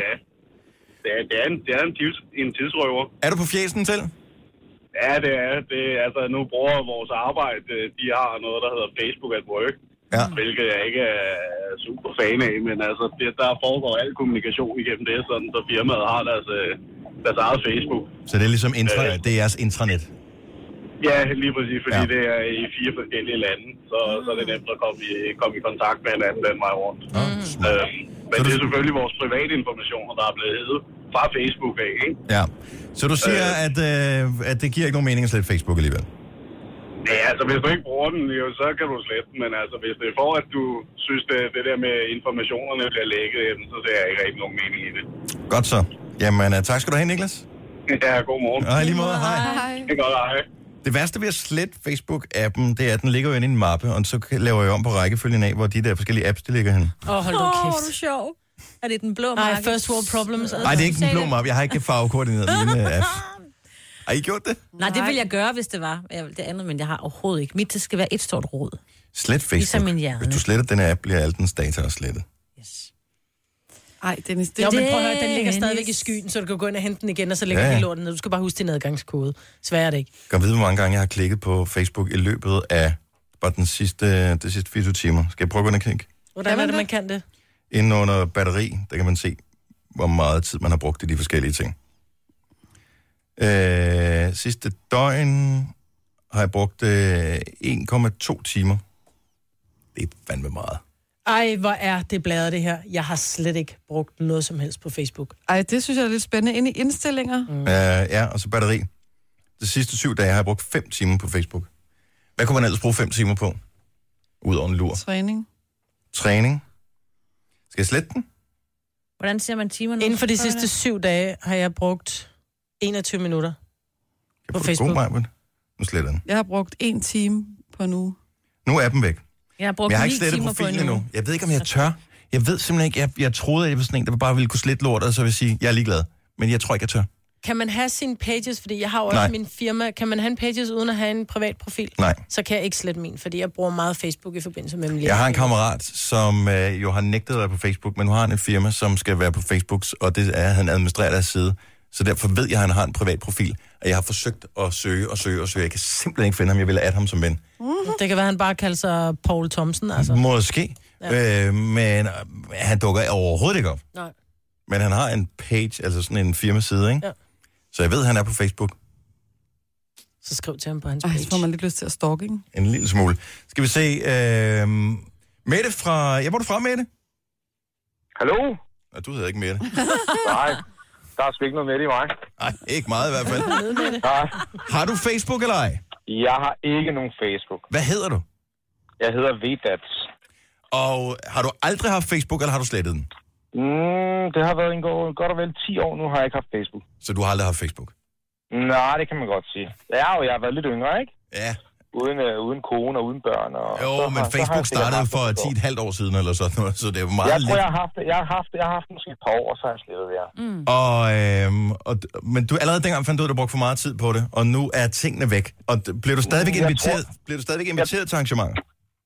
Det er en tidsrøver. Er du på fjæsen til? Ja, det er. Altså, nu bruger vores arbejde, de har noget, der hedder Facebook at Work. Ja. Hvilket jeg ikke er super fan af, men altså, der foregår al kommunikation igennem det, sådan, så firmaet har deres eget Facebook. Så det er ligesom det er jeres intranet? Ja, lige præcis, fordi det er i 4 forskellige lande, så er det nemt at komme i kontakt med hinanden den vej rundt. Men det er selvfølgelig vores private informationer, der er blevet hævet fra Facebook af, ikke? Ja, så du siger, at det giver ikke nogen mening at slette Facebook alligevel? Ja, altså hvis du ikke bruger den, jo, så kan du slette den, men altså hvis det er for, at du synes, det der med informationerne bliver lækket, så ser jeg ikke rigtig nogen mening i det. Godt så. Jamen, tak skal du have, Niklas. Ja, god morgen. Ja, lige måde. Hej. Det er godt, hej. Det værste ved at slette Facebook-appen, det er, at den ligger jo inde i en mappe, og så laver jeg om på rækkefølgen af, hvor de der forskellige apps, de ligger henne. Hold nu kæft. Hvor er du sjov. Er det den blå mappe? Nej, first world problems. Nej, det er ikke den blå mappe. Jeg har ikke farvekoordineret mine apps. Har I gjort det? Nej, det vil jeg gøre, hvis det var. Det andet, men jeg har overhovedet ikke. Mit skal være et stort rod. Slet Facebook. Ligesom min hjerne. Hvis du sletter den app, bliver alle dens data også slettet. Yes. Nej, Dennis, det... Jo, men prøv at høre, den ligger stadigvæk i skyen, så du kan gå ind og hente den igen, og så lægger de lorten ned. Du skal bare huske din adgangskode. Sværere det ikke. Kan vide, hvor mange gange jeg har klikket på Facebook i løbet af bare de sidste 24 timer. Skal jeg prøve at gå ind og klikke? Hvordan er det, man kan det? Inden under batteri, der kan man se, hvor meget tid man har brugt i de forskellige ting. Sidste døgn har jeg brugt 1,2 timer. Det er fandme meget. Ej, hvor er det bladret det her. Jeg har slet ikke brugt noget som helst på Facebook. Ej, det synes jeg er lidt spændende. Inde i indstillinger. Ja, og så batteri. De sidste 7 dage har jeg brugt 5 timer på Facebook. Hvad kunne man ellers bruge 5 timer på? Udover en lur. Træning. Skal jeg slette den? Hvordan ser man timerne? Inden for de sidste 7 dage har jeg brugt 21 minutter på Facebook. Nu sletter den. Jeg har brugt 1 time på en uge. Nu er den væk. Jeg har brugt jeg har ikke slettet profilen endnu. Jeg ved ikke, om jeg tør. Jeg ved simpelthen ikke. Jeg troede, at jeg var sådan en, der bare ville kunne slette lortet, og så vil sige, jeg er ligeglad. Men jeg tror ikke, jeg tør. Kan man have sine pages, fordi jeg har jo også min firma, kan man have en pages uden at have en privat profil? Nej. Så kan jeg ikke slette min, fordi jeg bruger meget Facebook i forbindelse med min Jeg har en kammerat, som jo har nægtet at være på Facebook, men nu har han en firma, som skal være på Facebook, og det er, han administrerer deres side. Så derfor ved jeg, at han har en privat profil, og jeg har forsøgt at søge. Jeg kan simpelthen ikke finde ham. Jeg vil adde ham som ven. Det kan være, han bare kalder sig Paul Thomsen, altså. Måske. Ja. Men han dukker overhovedet ikke op. Nej. Men han har en page, altså sådan en firmaside, ikke? Ja. Så jeg ved, at han er på Facebook. Så skriv til ham på hans page. Så får man lidt lyst til at stalking. En lille smule. Skal vi se. Mette fra... Ja, hvor er du fra, Mette? Hallo? Ja, du hedder ikke Mette. Nej, der er sgu ikke noget Mette i mig. Nej, ikke meget i hvert fald. Har du Facebook eller ej? Jeg har ikke nogen Facebook. Hvad hedder du? Jeg hedder Vedats. Og har du aldrig haft Facebook, eller har du slettet den? Det har været godt og vel 10 år nu, har jeg ikke haft Facebook. Så du har aldrig haft Facebook? Nej, det kan man godt sige. Ja, og jeg har været lidt yngre, ikke? Ja. Uden kone og uden børn. Og jo, men Facebook startede for 10,5 år siden, eller sådan noget, så det er jo meget lidt. Jeg har haft måske et par år, så har jeg slettet det her. Men du allerede dengang fandt du, at du brugte for meget tid på det, og nu er tingene væk. Og bliver du stadigvæk inviteret til arrangementer?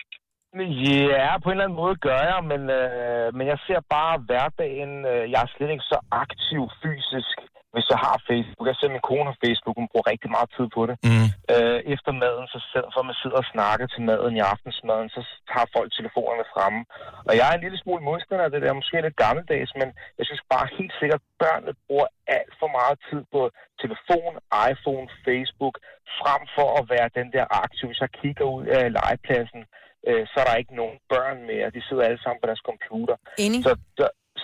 Ja, på en eller anden måde gør jeg, men jeg ser bare hverdagen. Jeg er slet ikke så aktiv fysisk, hvis jeg har Facebook. Jeg ser min kone har Facebook, hun bruger rigtig meget tid på det. Efter maden, så for man sidder og snakker til maden i aftensmaden, så har folk telefonerne fremme. Og jeg er en lille smule modstander af det der, måske lidt gammeldags, men jeg synes bare helt sikkert, at børnene bruger alt for meget tid på telefon, iPhone, Facebook, frem for at være den der aktiv. Hvis jeg kigger ud af legepladsen, så er der ikke nogen børn mere. De sidder alle sammen på deres computer. Enig. Så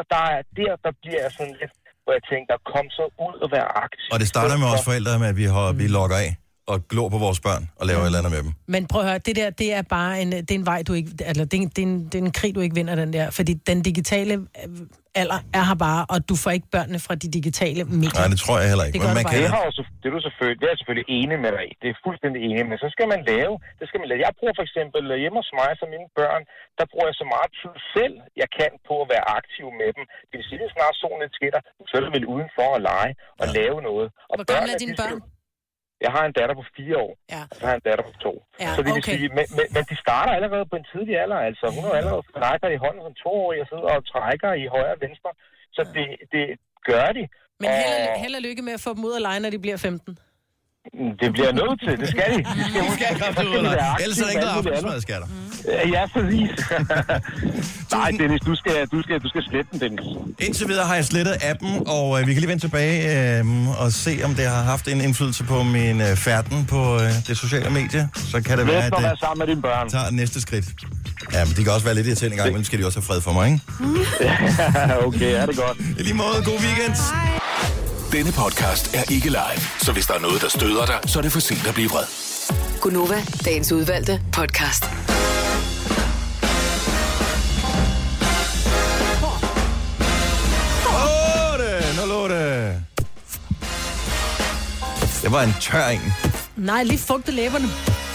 der bliver jeg sådan lidt, hvor jeg tænker, kom så ud og være aktiv. Og det starter med os forældre med, at vi logger af og glor på vores børn og laver et eller andet med dem. Men prøv at høre, det er bare en vej, du ikke... Altså, det er en krig, du ikke vinder, den der. Fordi den digitale alder er her bare, og du får ikke børnene fra de digitale medier. Nej, det tror jeg heller ikke. Det er du selvfølgelig enig med dig i. Det er fuldstændig enig med. Så skal man lave. Jeg bruger for eksempel hjemme hos mig som mine børn, der bruger jeg så meget tid selv, jeg kan på at være aktiv med dem. Det vil sige, at snart solen lidt skitter, så er det vel udenfor at lege og lave noget. Og hvor gamle er dine børn? Jeg har en datter på 4 år, og så har jeg en datter på 2. Ja, så det vil sige, men de starter allerede på en tidlig alder, altså. Hun har allerede trækker i hånden som 2-årig, og sidder og trækker i højre og venstre. Så det gør de. Men held og lykke med at få dem ud af lege, når de bliver 15. Det bliver nødt til, det skal de. De skal have kraftigt ud af dig. Ellers er der ikke noget aftensmad, skatter. Ja, præcis. Nej, Dennis, du skal slette den, Dennis. Indtil videre har jeg slettet appen, og vi kan lige vende tilbage og se, om det har haft en indflydelse på min færden på det sociale medie. Så kan det være, at det sammen med dine børn. Tager næste skridt. Ja, men de kan også være lidt irriterende en gang, men skal de også have fred for mig, ikke? Okay, er det godt. I lige måde, god weekend. Denne podcast er ikke live, så hvis der er noget, der støder dig, så er det for sent at blive vred. Gunova, dagens udvalgte podcast. Nu lå det. Det var en tør en. Nej, lige fugte læberne.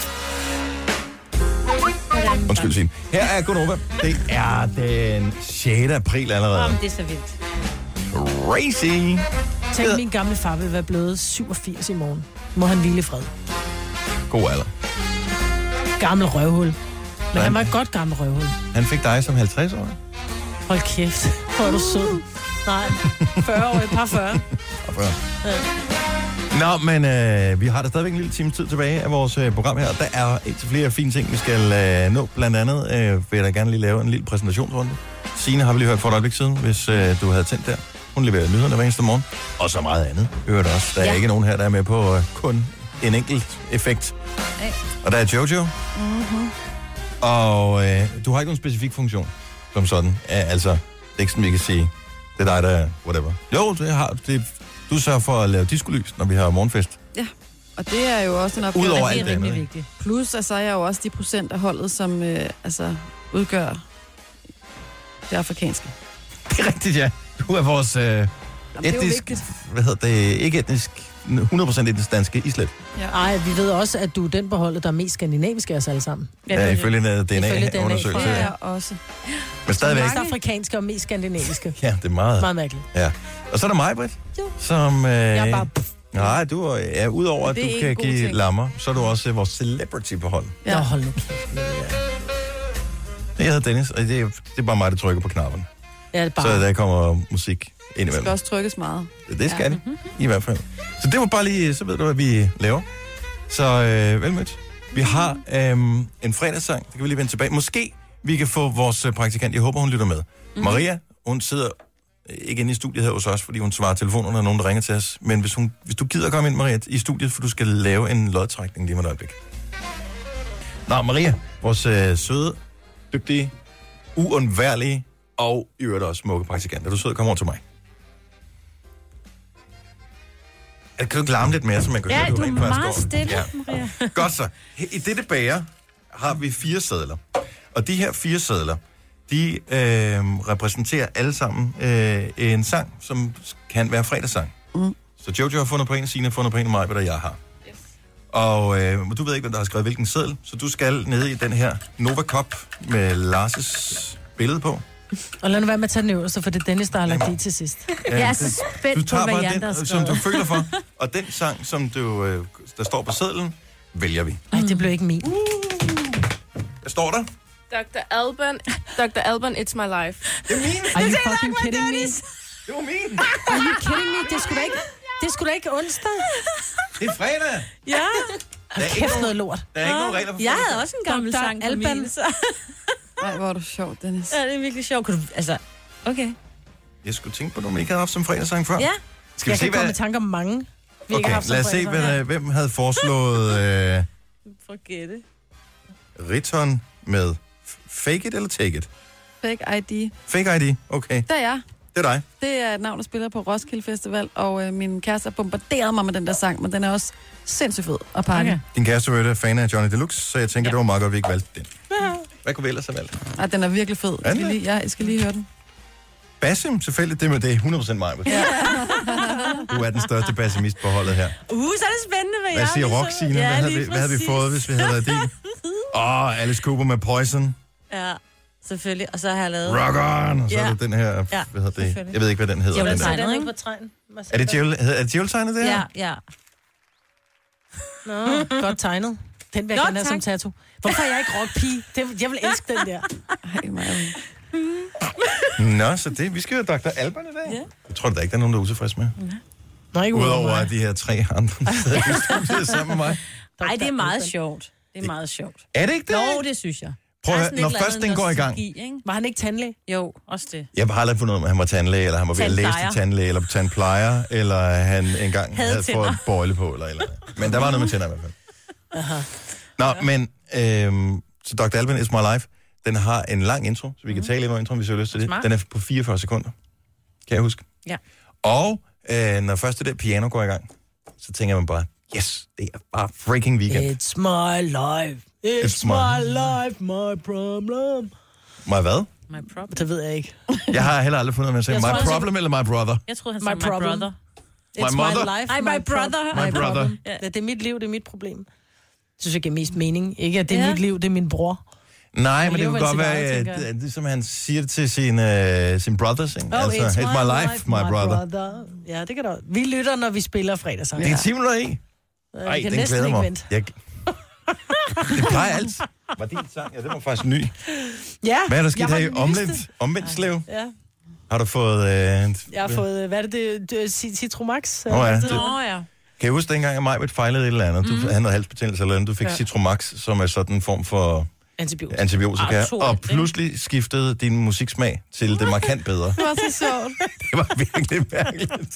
Undskyld, Signe. Her er Gunova. Det er den 6. april allerede. Det er så vildt. Crazy. Tænk, min gamle far vil være blevet 87 i morgen. Må han hvile i fred. God alder. Gammel røvhul. Men han var et godt gammel røvhul. Han fik dig som 50-årig? Hold kæft, hvor er du sød. Nej, 40 år, et par 40. Nå, men vi har da stadigvæk en lille time tid tilbage af vores program her. Der er indtil flere fine ting, vi skal nå. Blandt andet vil jeg da gerne lige lave en lille præsentationsrunde. Signe har vi lige hørt for et øjeblik siden, hvis du havde tændt der. Hun leverer nyhederne hver eneste morgen. Og så meget andet hører det også. Der er ikke nogen her, der er med på kun en enkelt effekt. Hey. Og der er Jojo. Mm-hmm. Og du har ikke nogen specifik funktion som sådan. Altså, det er ikke sådan, vi kan sige, det er dig, der whatever. Jo, det har du sørger for at lave diskolys, når vi har morgenfest. Ja, og det er jo også en opgave, der er rimelig vigtigt. Plus, så er jeg jo også de procent af holdet, som udgør det afrikanske. Det er rigtigt, ja. Du er vores etnisk, ikke etnisk, 100% etnisk danske islet. Ja. Ej, vi ved også, at du er den på holdet, der er mest skandinavisk af os alle sammen. Ja, ifølge en DNA-undersøgelse. Ja, også. Men stadigvæk. Mest afrikanske og mest skandinaviske. Ja, det er meget. Meget mærkeligt. Ja. Og så er der mig, Britt, som... jeg er bare... Nej, du er udover, at du kan give lammer, så er du også vores celebrity på holdet. Ja. Nå, hold nu. Jeg hedder Dennis, og det er bare mig, der trykker på knappen. Ja, det er bare... Så der kommer musik ind imellem. Det skal også trykkes meget. Det skal det, i hvert fald. Så det var bare lige, så ved du, hvad vi laver. Så velmødt. Vi har en fredagssang, det kan vi lige vende tilbage. Måske vi kan få vores praktikant, jeg håber, hun lytter med. Mm-hmm. Maria, hun sidder ikke inde i studiet her hos os, fordi hun svarer telefonen, når nogen der ringer til os. Men hvis du gider komme ind, Maria, i studiet, for du skal lave en lodtrækning lige med et øjeblik. Nå, Maria, vores søde, dygtige, uundværlige og i øvrigt også smukke praktikant. Er du sød, kom over til mig. Kan du ikke larme lidt mere, så man kan høre, du er meget stille, Maria. Godt så. I dette bæger har vi 4 sedler. Og de her 4 sedler, de repræsenterer alle sammen en sang, som kan være fredagssang. Mm. Så Jojo har fundet på en, Signe har fundet på en, og mig, hvad jeg har. Yes. Og du ved ikke, hvem der har skrevet hvilken seddel, så du skal ned i den her Nova Cup med Lars' billede på. Og lad nu være med at tage den øverste, for det er Dennis, der har lagt det til sidst. Jeg er så spændt på, hvad Jan der har skrevet. Som du føler for, og den sang, som der står på sedlen, vælger vi. Nej, det blev ikke min. Hvad står der? Dr. Alban, It's My Life. Det er min. Are you fucking kidding me? Det var min. Are you kidding me? Det skulle da ikke onsdag. Det er fredag. Ja. Kæft noget lort. Der er ikke nogen regler for jeg havde også en gammel sang på min. Nej, hvor er du sjov, Dennis. Ja, det er virkelig sjovt. Okay. Jeg skulle tænke på, at du ikke havde haft som fredagssang før. Ja. Skal vi se, kan komme i tanke om mange. Okay, lad os se, hvem havde foreslået Forget it. Riton med Fake It eller Take It? Fake ID. Fake ID, okay. Det er jeg. Det er dig. Det er et navn, der spiller på Roskilde Festival, og min kæreste har bombarderet mig med den der sang, men den er også sindssygt fed at pakke. Okay. Din kæreste var fan af Johnny Deluxe, så jeg tænker, det var meget godt, vi ikke valgte den. Hvad kunne vi ellers have valgt? Ej, den er virkelig fed. Jeg skal lige høre den. Basim, selvfølgelig. Det er 100% mig. Ja. Du er den største bassimist på holdet her. Så er det spændende, hvad siger Rock, Signe? Hvad havde vi fået, hvis vi havde været din? Alice Cooper med Poison. Ja, selvfølgelig. Og så har jeg lavet... Rock On! Og så er det den her... Hvad hedder det? Jeg ved ikke, hvad den hedder. Djævletegnet, ikke? Er det djævletegnet, det her? Ja. Nå, godt tegnet. Den vil jeg gerne have som tattoo. Hvorfor er jeg ikke rockpige? Jeg vil elske den der. Nå, så det. Vi skal jo Dr. Alban i dag. Jeg tror da ikke, der er nogen, der er utilfreds med. Nå, ikke udover de her 3 andre, der sidder sammen med mig. Nej, det er meget sjovt. Det er meget sjovt. Er det ikke det? Jo, det synes jeg. Prøv at høre, når først den går i gang. Var han ikke tandlæge? Jo, også det. Jeg har aldrig fundet ud af, at han var tandlæge, eller han var ved at læse til tandlæge, eller tandplejer, eller han engang havde fået bøjle på, eller. Men der var noget med tænder i hvert fald. Aha. Nå, men så Dr. Alban, It's My Life, den har en lang intro, så vi kan tale ind over introen, hvis vi har lyst til det. Den er på 44 sekunder. Kan jeg huske? Ja. Og når først det der piano går i gang, så tænker man bare, yes, det er bare freaking weekend. It's my life. It's my life, my problem. My hvad? My problem. Det ved jeg ikke. Jeg har heller aldrig fundet ud af, at jeg sagde my problem eller my brother. Jeg troede, han sagde my brother. It's my life, my brother. My brother. Det er mit liv, det er mit problem. Det synes jeg giver mest mening. Ikke at det er mit liv, det er min bror. Nej, men det kunne godt være, det som han siger det til sin brothers, ikke? Altså, it's my life, my brother. Ja, det kan da. Vi lytter, når vi spiller fredagssang. Det er 10 minutter i. Jeg kan næsten ikke vente. Det plejer alt. Var det en sang? Ja, det var faktisk ny. Ja. Hvad er der sket her i omvendt slev? Ja. Har du fået... Jeg har fået, hvad er det, Citromax? Ja. Ja. Kan jeg huske dengang, at Majbert fejlede et eller andet? Du havde halsbetændelse eller andet. Du fik Citromax, som er sådan en form for... Antibiotika. Og pludselig skiftede din musiksmag til det markant bedre. Det var så sjovt. Det var virkelig mærkeligt.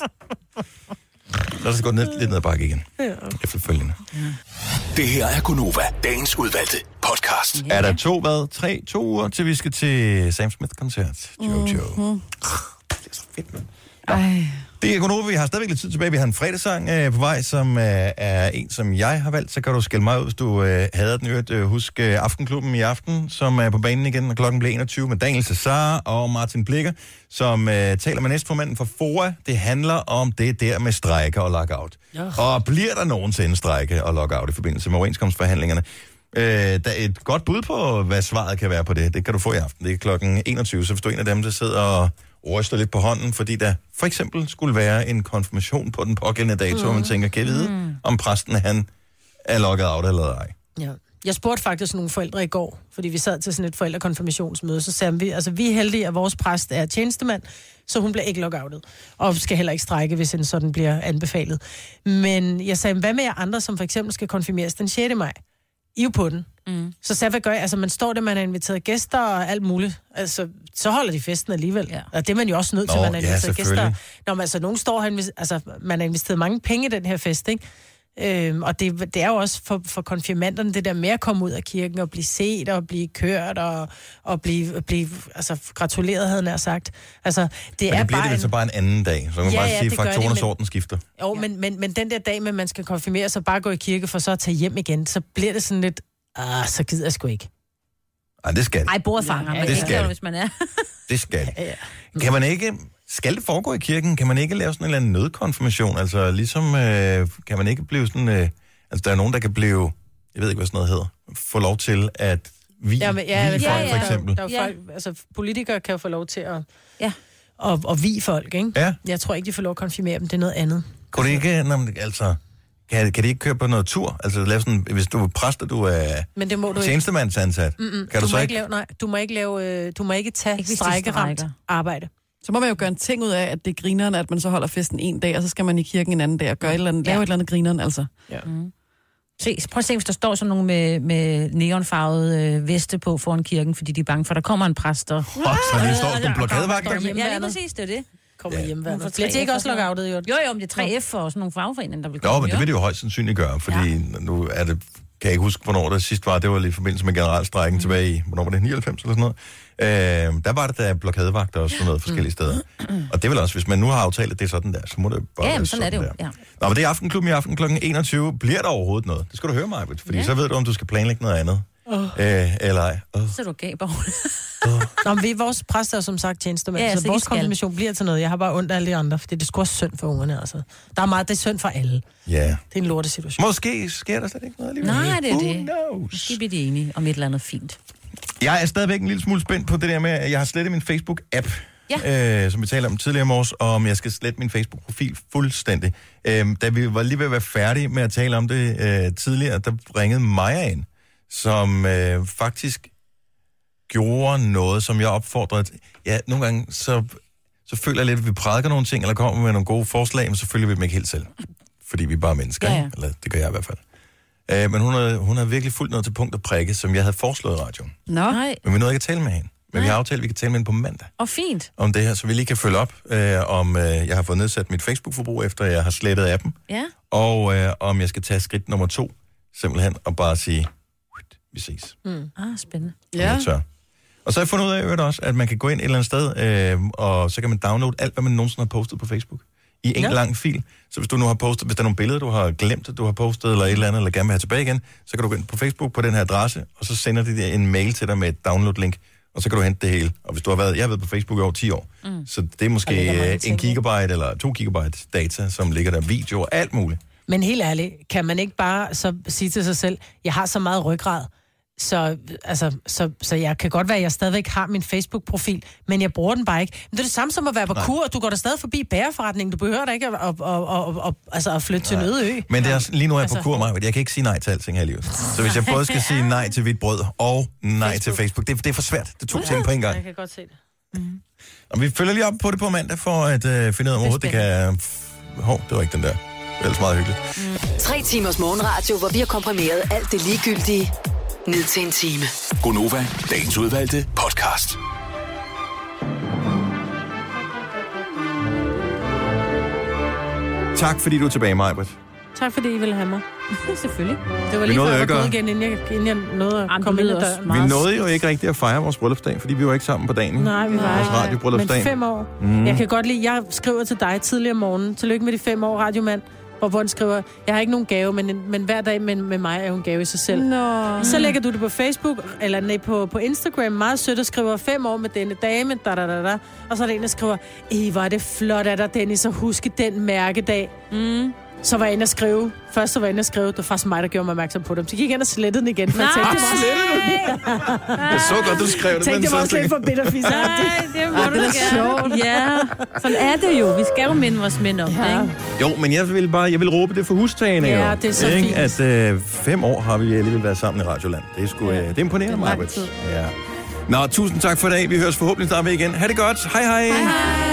Så er det gået lidt ned ad bakke igen. Efterfølgende. Det her er Gonova, dagens udvalgte podcast. Er der 2 uger, til vi skal til Sam Smith-koncert? Jojo. Det er så fedt, mand. Det er Gonova, vi har stadigvæk lidt tid tilbage. Vi har en fredagssang på vej, som er en, som jeg har valgt. Så kan du skælde mig ud, hvis du hader den. Husk Aftenklubben i aften, som er på banen igen, og klokken bliver 21 med Daniel Cesar og Martin Blikker, som taler med næstformanden for FOA. Det handler om det der med strejke og lockout. Og bliver der nogensinde strejke og lockout i forbindelse med overenskomstforhandlingerne? Der er et godt bud på, hvad svaret kan være på det. Det kan du få i aften. Det er klokken 21, så hvis du er en af dem, der sidder og ryster lidt på hånden, fordi der for eksempel skulle være en konfirmation på den pågældende dato, og man tænker, kan jeg vide, om præsten han er logget out eller ej? Ja. Jeg spurgte faktisk nogle forældre i går, fordi vi sad til sådan et forældrekonfirmationsmøde, så sagde vi, altså vi er heldige, at vores præst er tjenestemand, så hun bliver ikke lockoutet, og skal heller ikke strejke, hvis en sådan bliver anbefalet. Men jeg sagde, hvad med jer andre, som for eksempel skal konfirmeres den 6. maj? I er jo på den. Så sagde, hvad gør jeg? Altså, man står der, man har inviteret gæster og alt muligt. Altså, så holder de festen alligevel. Ja. Og det er man jo også nødt til, man har inviteret gæster. Når man, altså, nogen står her, altså, man har investeret mange penge i den her fest, ikke? Og det er jo også for konfirmanderne, det der med at komme ud af kirken og blive set og blive kørt og blive altså, gratuleret, havde jeg sagt. Altså, det bliver det så bare en anden dag, så man bare sige, at faktorernes orden skifter. Jo, men den der dag med, at man skal konfirmere sig, bare gå i kirke for så at tage hjem igen, så bliver det sådan lidt, så gider jeg sgu ikke. Ej, det skal det. Ej, bordfanger, men det skal det, hvis man er. Det skal det. Kan man ikke... Skal det foregå i kirken? Kan man ikke lave sådan en eller anden nødkonfirmation? Altså ligesom, kan man ikke blive sådan... altså der er nogen, der kan blive... Jeg ved ikke, hvad sådan noget hedder. Få lov til at vie folk, for eksempel. Der er folk, altså politikere kan jo få lov til at vie folk, ikke? Ja. Jeg tror ikke, de får lov at konfirmere dem. Det er noget andet. Kunne det ikke... Altså... Kan de ikke køre på noget tur? Altså lave sådan, hvis du er præst, og du er tjenestemandsansat, kan du så ikke... Du må ikke tage strejkeramt arbejde. Så må man jo gøre en ting ud af, at det er grineren, at man så holder festen en dag, og så skal man i kirken en anden dag og gøre lave et eller andet grineren, altså. Ja. Prøv at se, hvis der står sådan nogle med neonfarvede veste på foran kirken, fordi de er bange for, at der kommer en præst og... så de står som blokadevagter? Ja, lige præcis, det er det. Kommer hjemmeværende. Bliver det ikke også lukket jo? Jo, det er 3F og sådan nogle fagforeninger, der vil komme. Jo, men det vil det jo højst sandsynligt gøre, fordi nu er det... Kan jeg ikke huske, hvornår det sidst var. Det var lige i forbindelse med generalstrejken tilbage i... Hvornår var det? 99 eller sådan noget? Der var det der blokadevagter og sådan noget forskellige steder. Og det vil også, hvis man nu har aftalt, at det er sådan der, så må det bare være sådan er det jo. Ja. Nå, men det er Aftenklubben i aften klokken 21. Bliver der overhovedet noget? Det skal du høre, Majbert, fordi så ved du, om du skal planlægge noget andet. Eller ej. Så er du gav bare. Nå, men vores præster er som sagt tjenestemænd, så vores konfirmation bliver til noget. Jeg har bare ondt af alle de andre, fordi det er sgu også synd for ungerne, altså. Der er meget, det er synd for alle. Ja. Det er en lortesituation. Måske sker der slet ikke noget alligevel. Nej, det er det. Måske bliver de enige om et eller andet fint. Jeg er stadigvæk en lille smule spændt på det der med, at jeg har slettet min Facebook-app, som vi talte om tidligere i morges, og om jeg skal slette min Facebook-profil fuldstændig. Da vi var lige ved at være færdige med at tale om det tidligere, der ringede Maja ind, som faktisk gjorde noget, som jeg opfordrede. Ja, nogle gange så føler jeg lidt, at vi prædiker nogle ting, eller kommer med nogle gode forslag, men så følger vi dem ikke helt selv. Fordi vi er bare mennesker, ikke? Eller det gør jeg i hvert fald. Men hun har virkelig fulgt noget til punkt og prikke, som jeg havde foreslået i radioen. Nej. Men vi nåede ikke at tale med hende. Men vi har aftalt, at vi kan tale med hende på mandag. Fint. Om det her, så vi lige kan følge op, om jeg har fået nedsat mit Facebook-forbrug, efter jeg har slettet appen. Ja. Og om jeg skal tage skridt nummer 2, simpelthen, og bare sige, vi ses. Spændende. Ja. Og så har jeg fundet ud af også, at man kan gå ind et eller andet sted, og så kan man downloade alt, hvad man nogensinde har postet på Facebook. I en lang fil. Så hvis du nu har postet, hvis der er nogle billeder, du har glemt, at du har postet, eller et eller andet, eller gerne vil have tilbage igen, så kan du gå ind på Facebook på den her adresse, og så sender de en mail til dig med et download-link, og så kan du hente det hele. Og hvis du har været, jeg har været på Facebook i over 10 år, så det er måske 1 gigabyte eller 2 gigabyte data, som ligger der, video og alt muligt. Men helt ærligt, kan man ikke bare så sige til sig selv, jeg har så meget ryggrad, Så jeg kan godt være, at jeg stadigvæk har min Facebook-profil, men jeg bruger den bare ikke. Men det er det samme som at være på kur, og du går der stadig forbi bæreforretningen. Du behøver da ikke at flytte til en øde ø. Men det er, lige nu er jeg på kur, Maja. Jeg kan ikke sige nej til alting her i livet. Så hvis jeg både skal sige nej til hvidt brød og nej til Facebook, det er for svært. Det tog ting på en gang. Jeg kan godt se det. Mm-hmm. Og vi følger lige op på det på mandag, for at finde ud af, hvor det kan... det var ikke den der. Det er ellers meget hyggeligt. 3 timers morgenradio, hvor vi har komprimeret alt det ligegyldige ned til en time. Gonova, dagens udvalgte podcast. Tak fordi du er tilbage, Majbert. Tak fordi I ville have mig. Selvfølgelig. Det var lige før, jeg var gået igen, inden jeg nåede at komme ind ad døren. Vi nåede jo ikke rigtig at fejre vores bryllupsdag, fordi vi var ikke sammen på dagen. Nej, vi var vores radiobrylllupsdag. Men 5 år. Jeg kan godt lide, jeg skriver til dig tidligere om morgenen. Tillykke med de 5 år, radiomand. Hvor han skriver, jeg har ikke nogen gave, men hver dag med mig er jo en gave i sig selv. Nå. Så lægger du det på Facebook, eller på Instagram, meget sødt, og skriver 5 år med denne dame, da. Og så er der en, der skriver, hvor er det flot af dig, Dennis, at huske den mærkedag. Så var jeg inde at skrive. Først så var jeg inde at skrive. Det var faktisk mig, der gjorde mig opmærksom på dem. Så gik jeg ind og slettede den igen. Nej, jeg så godt, du skrev det. Tænkte, det var også lidt for bitterfis. Nej, det må du gerne. Ja, sådan er det jo. Vi skal jo minde vores mænd om det, ikke? Jo, men jeg vil råbe det for hustagene. Ja, det er så fint. At 5 år har vi alligevel været sammen i Radioland. Det er sgu, det er imponerende, Marbet. Ja. Nå, tusind tak for i dag. Vi høres forhåbentlig snart med igen. Ha' det godt. Hej hej. Hej hej.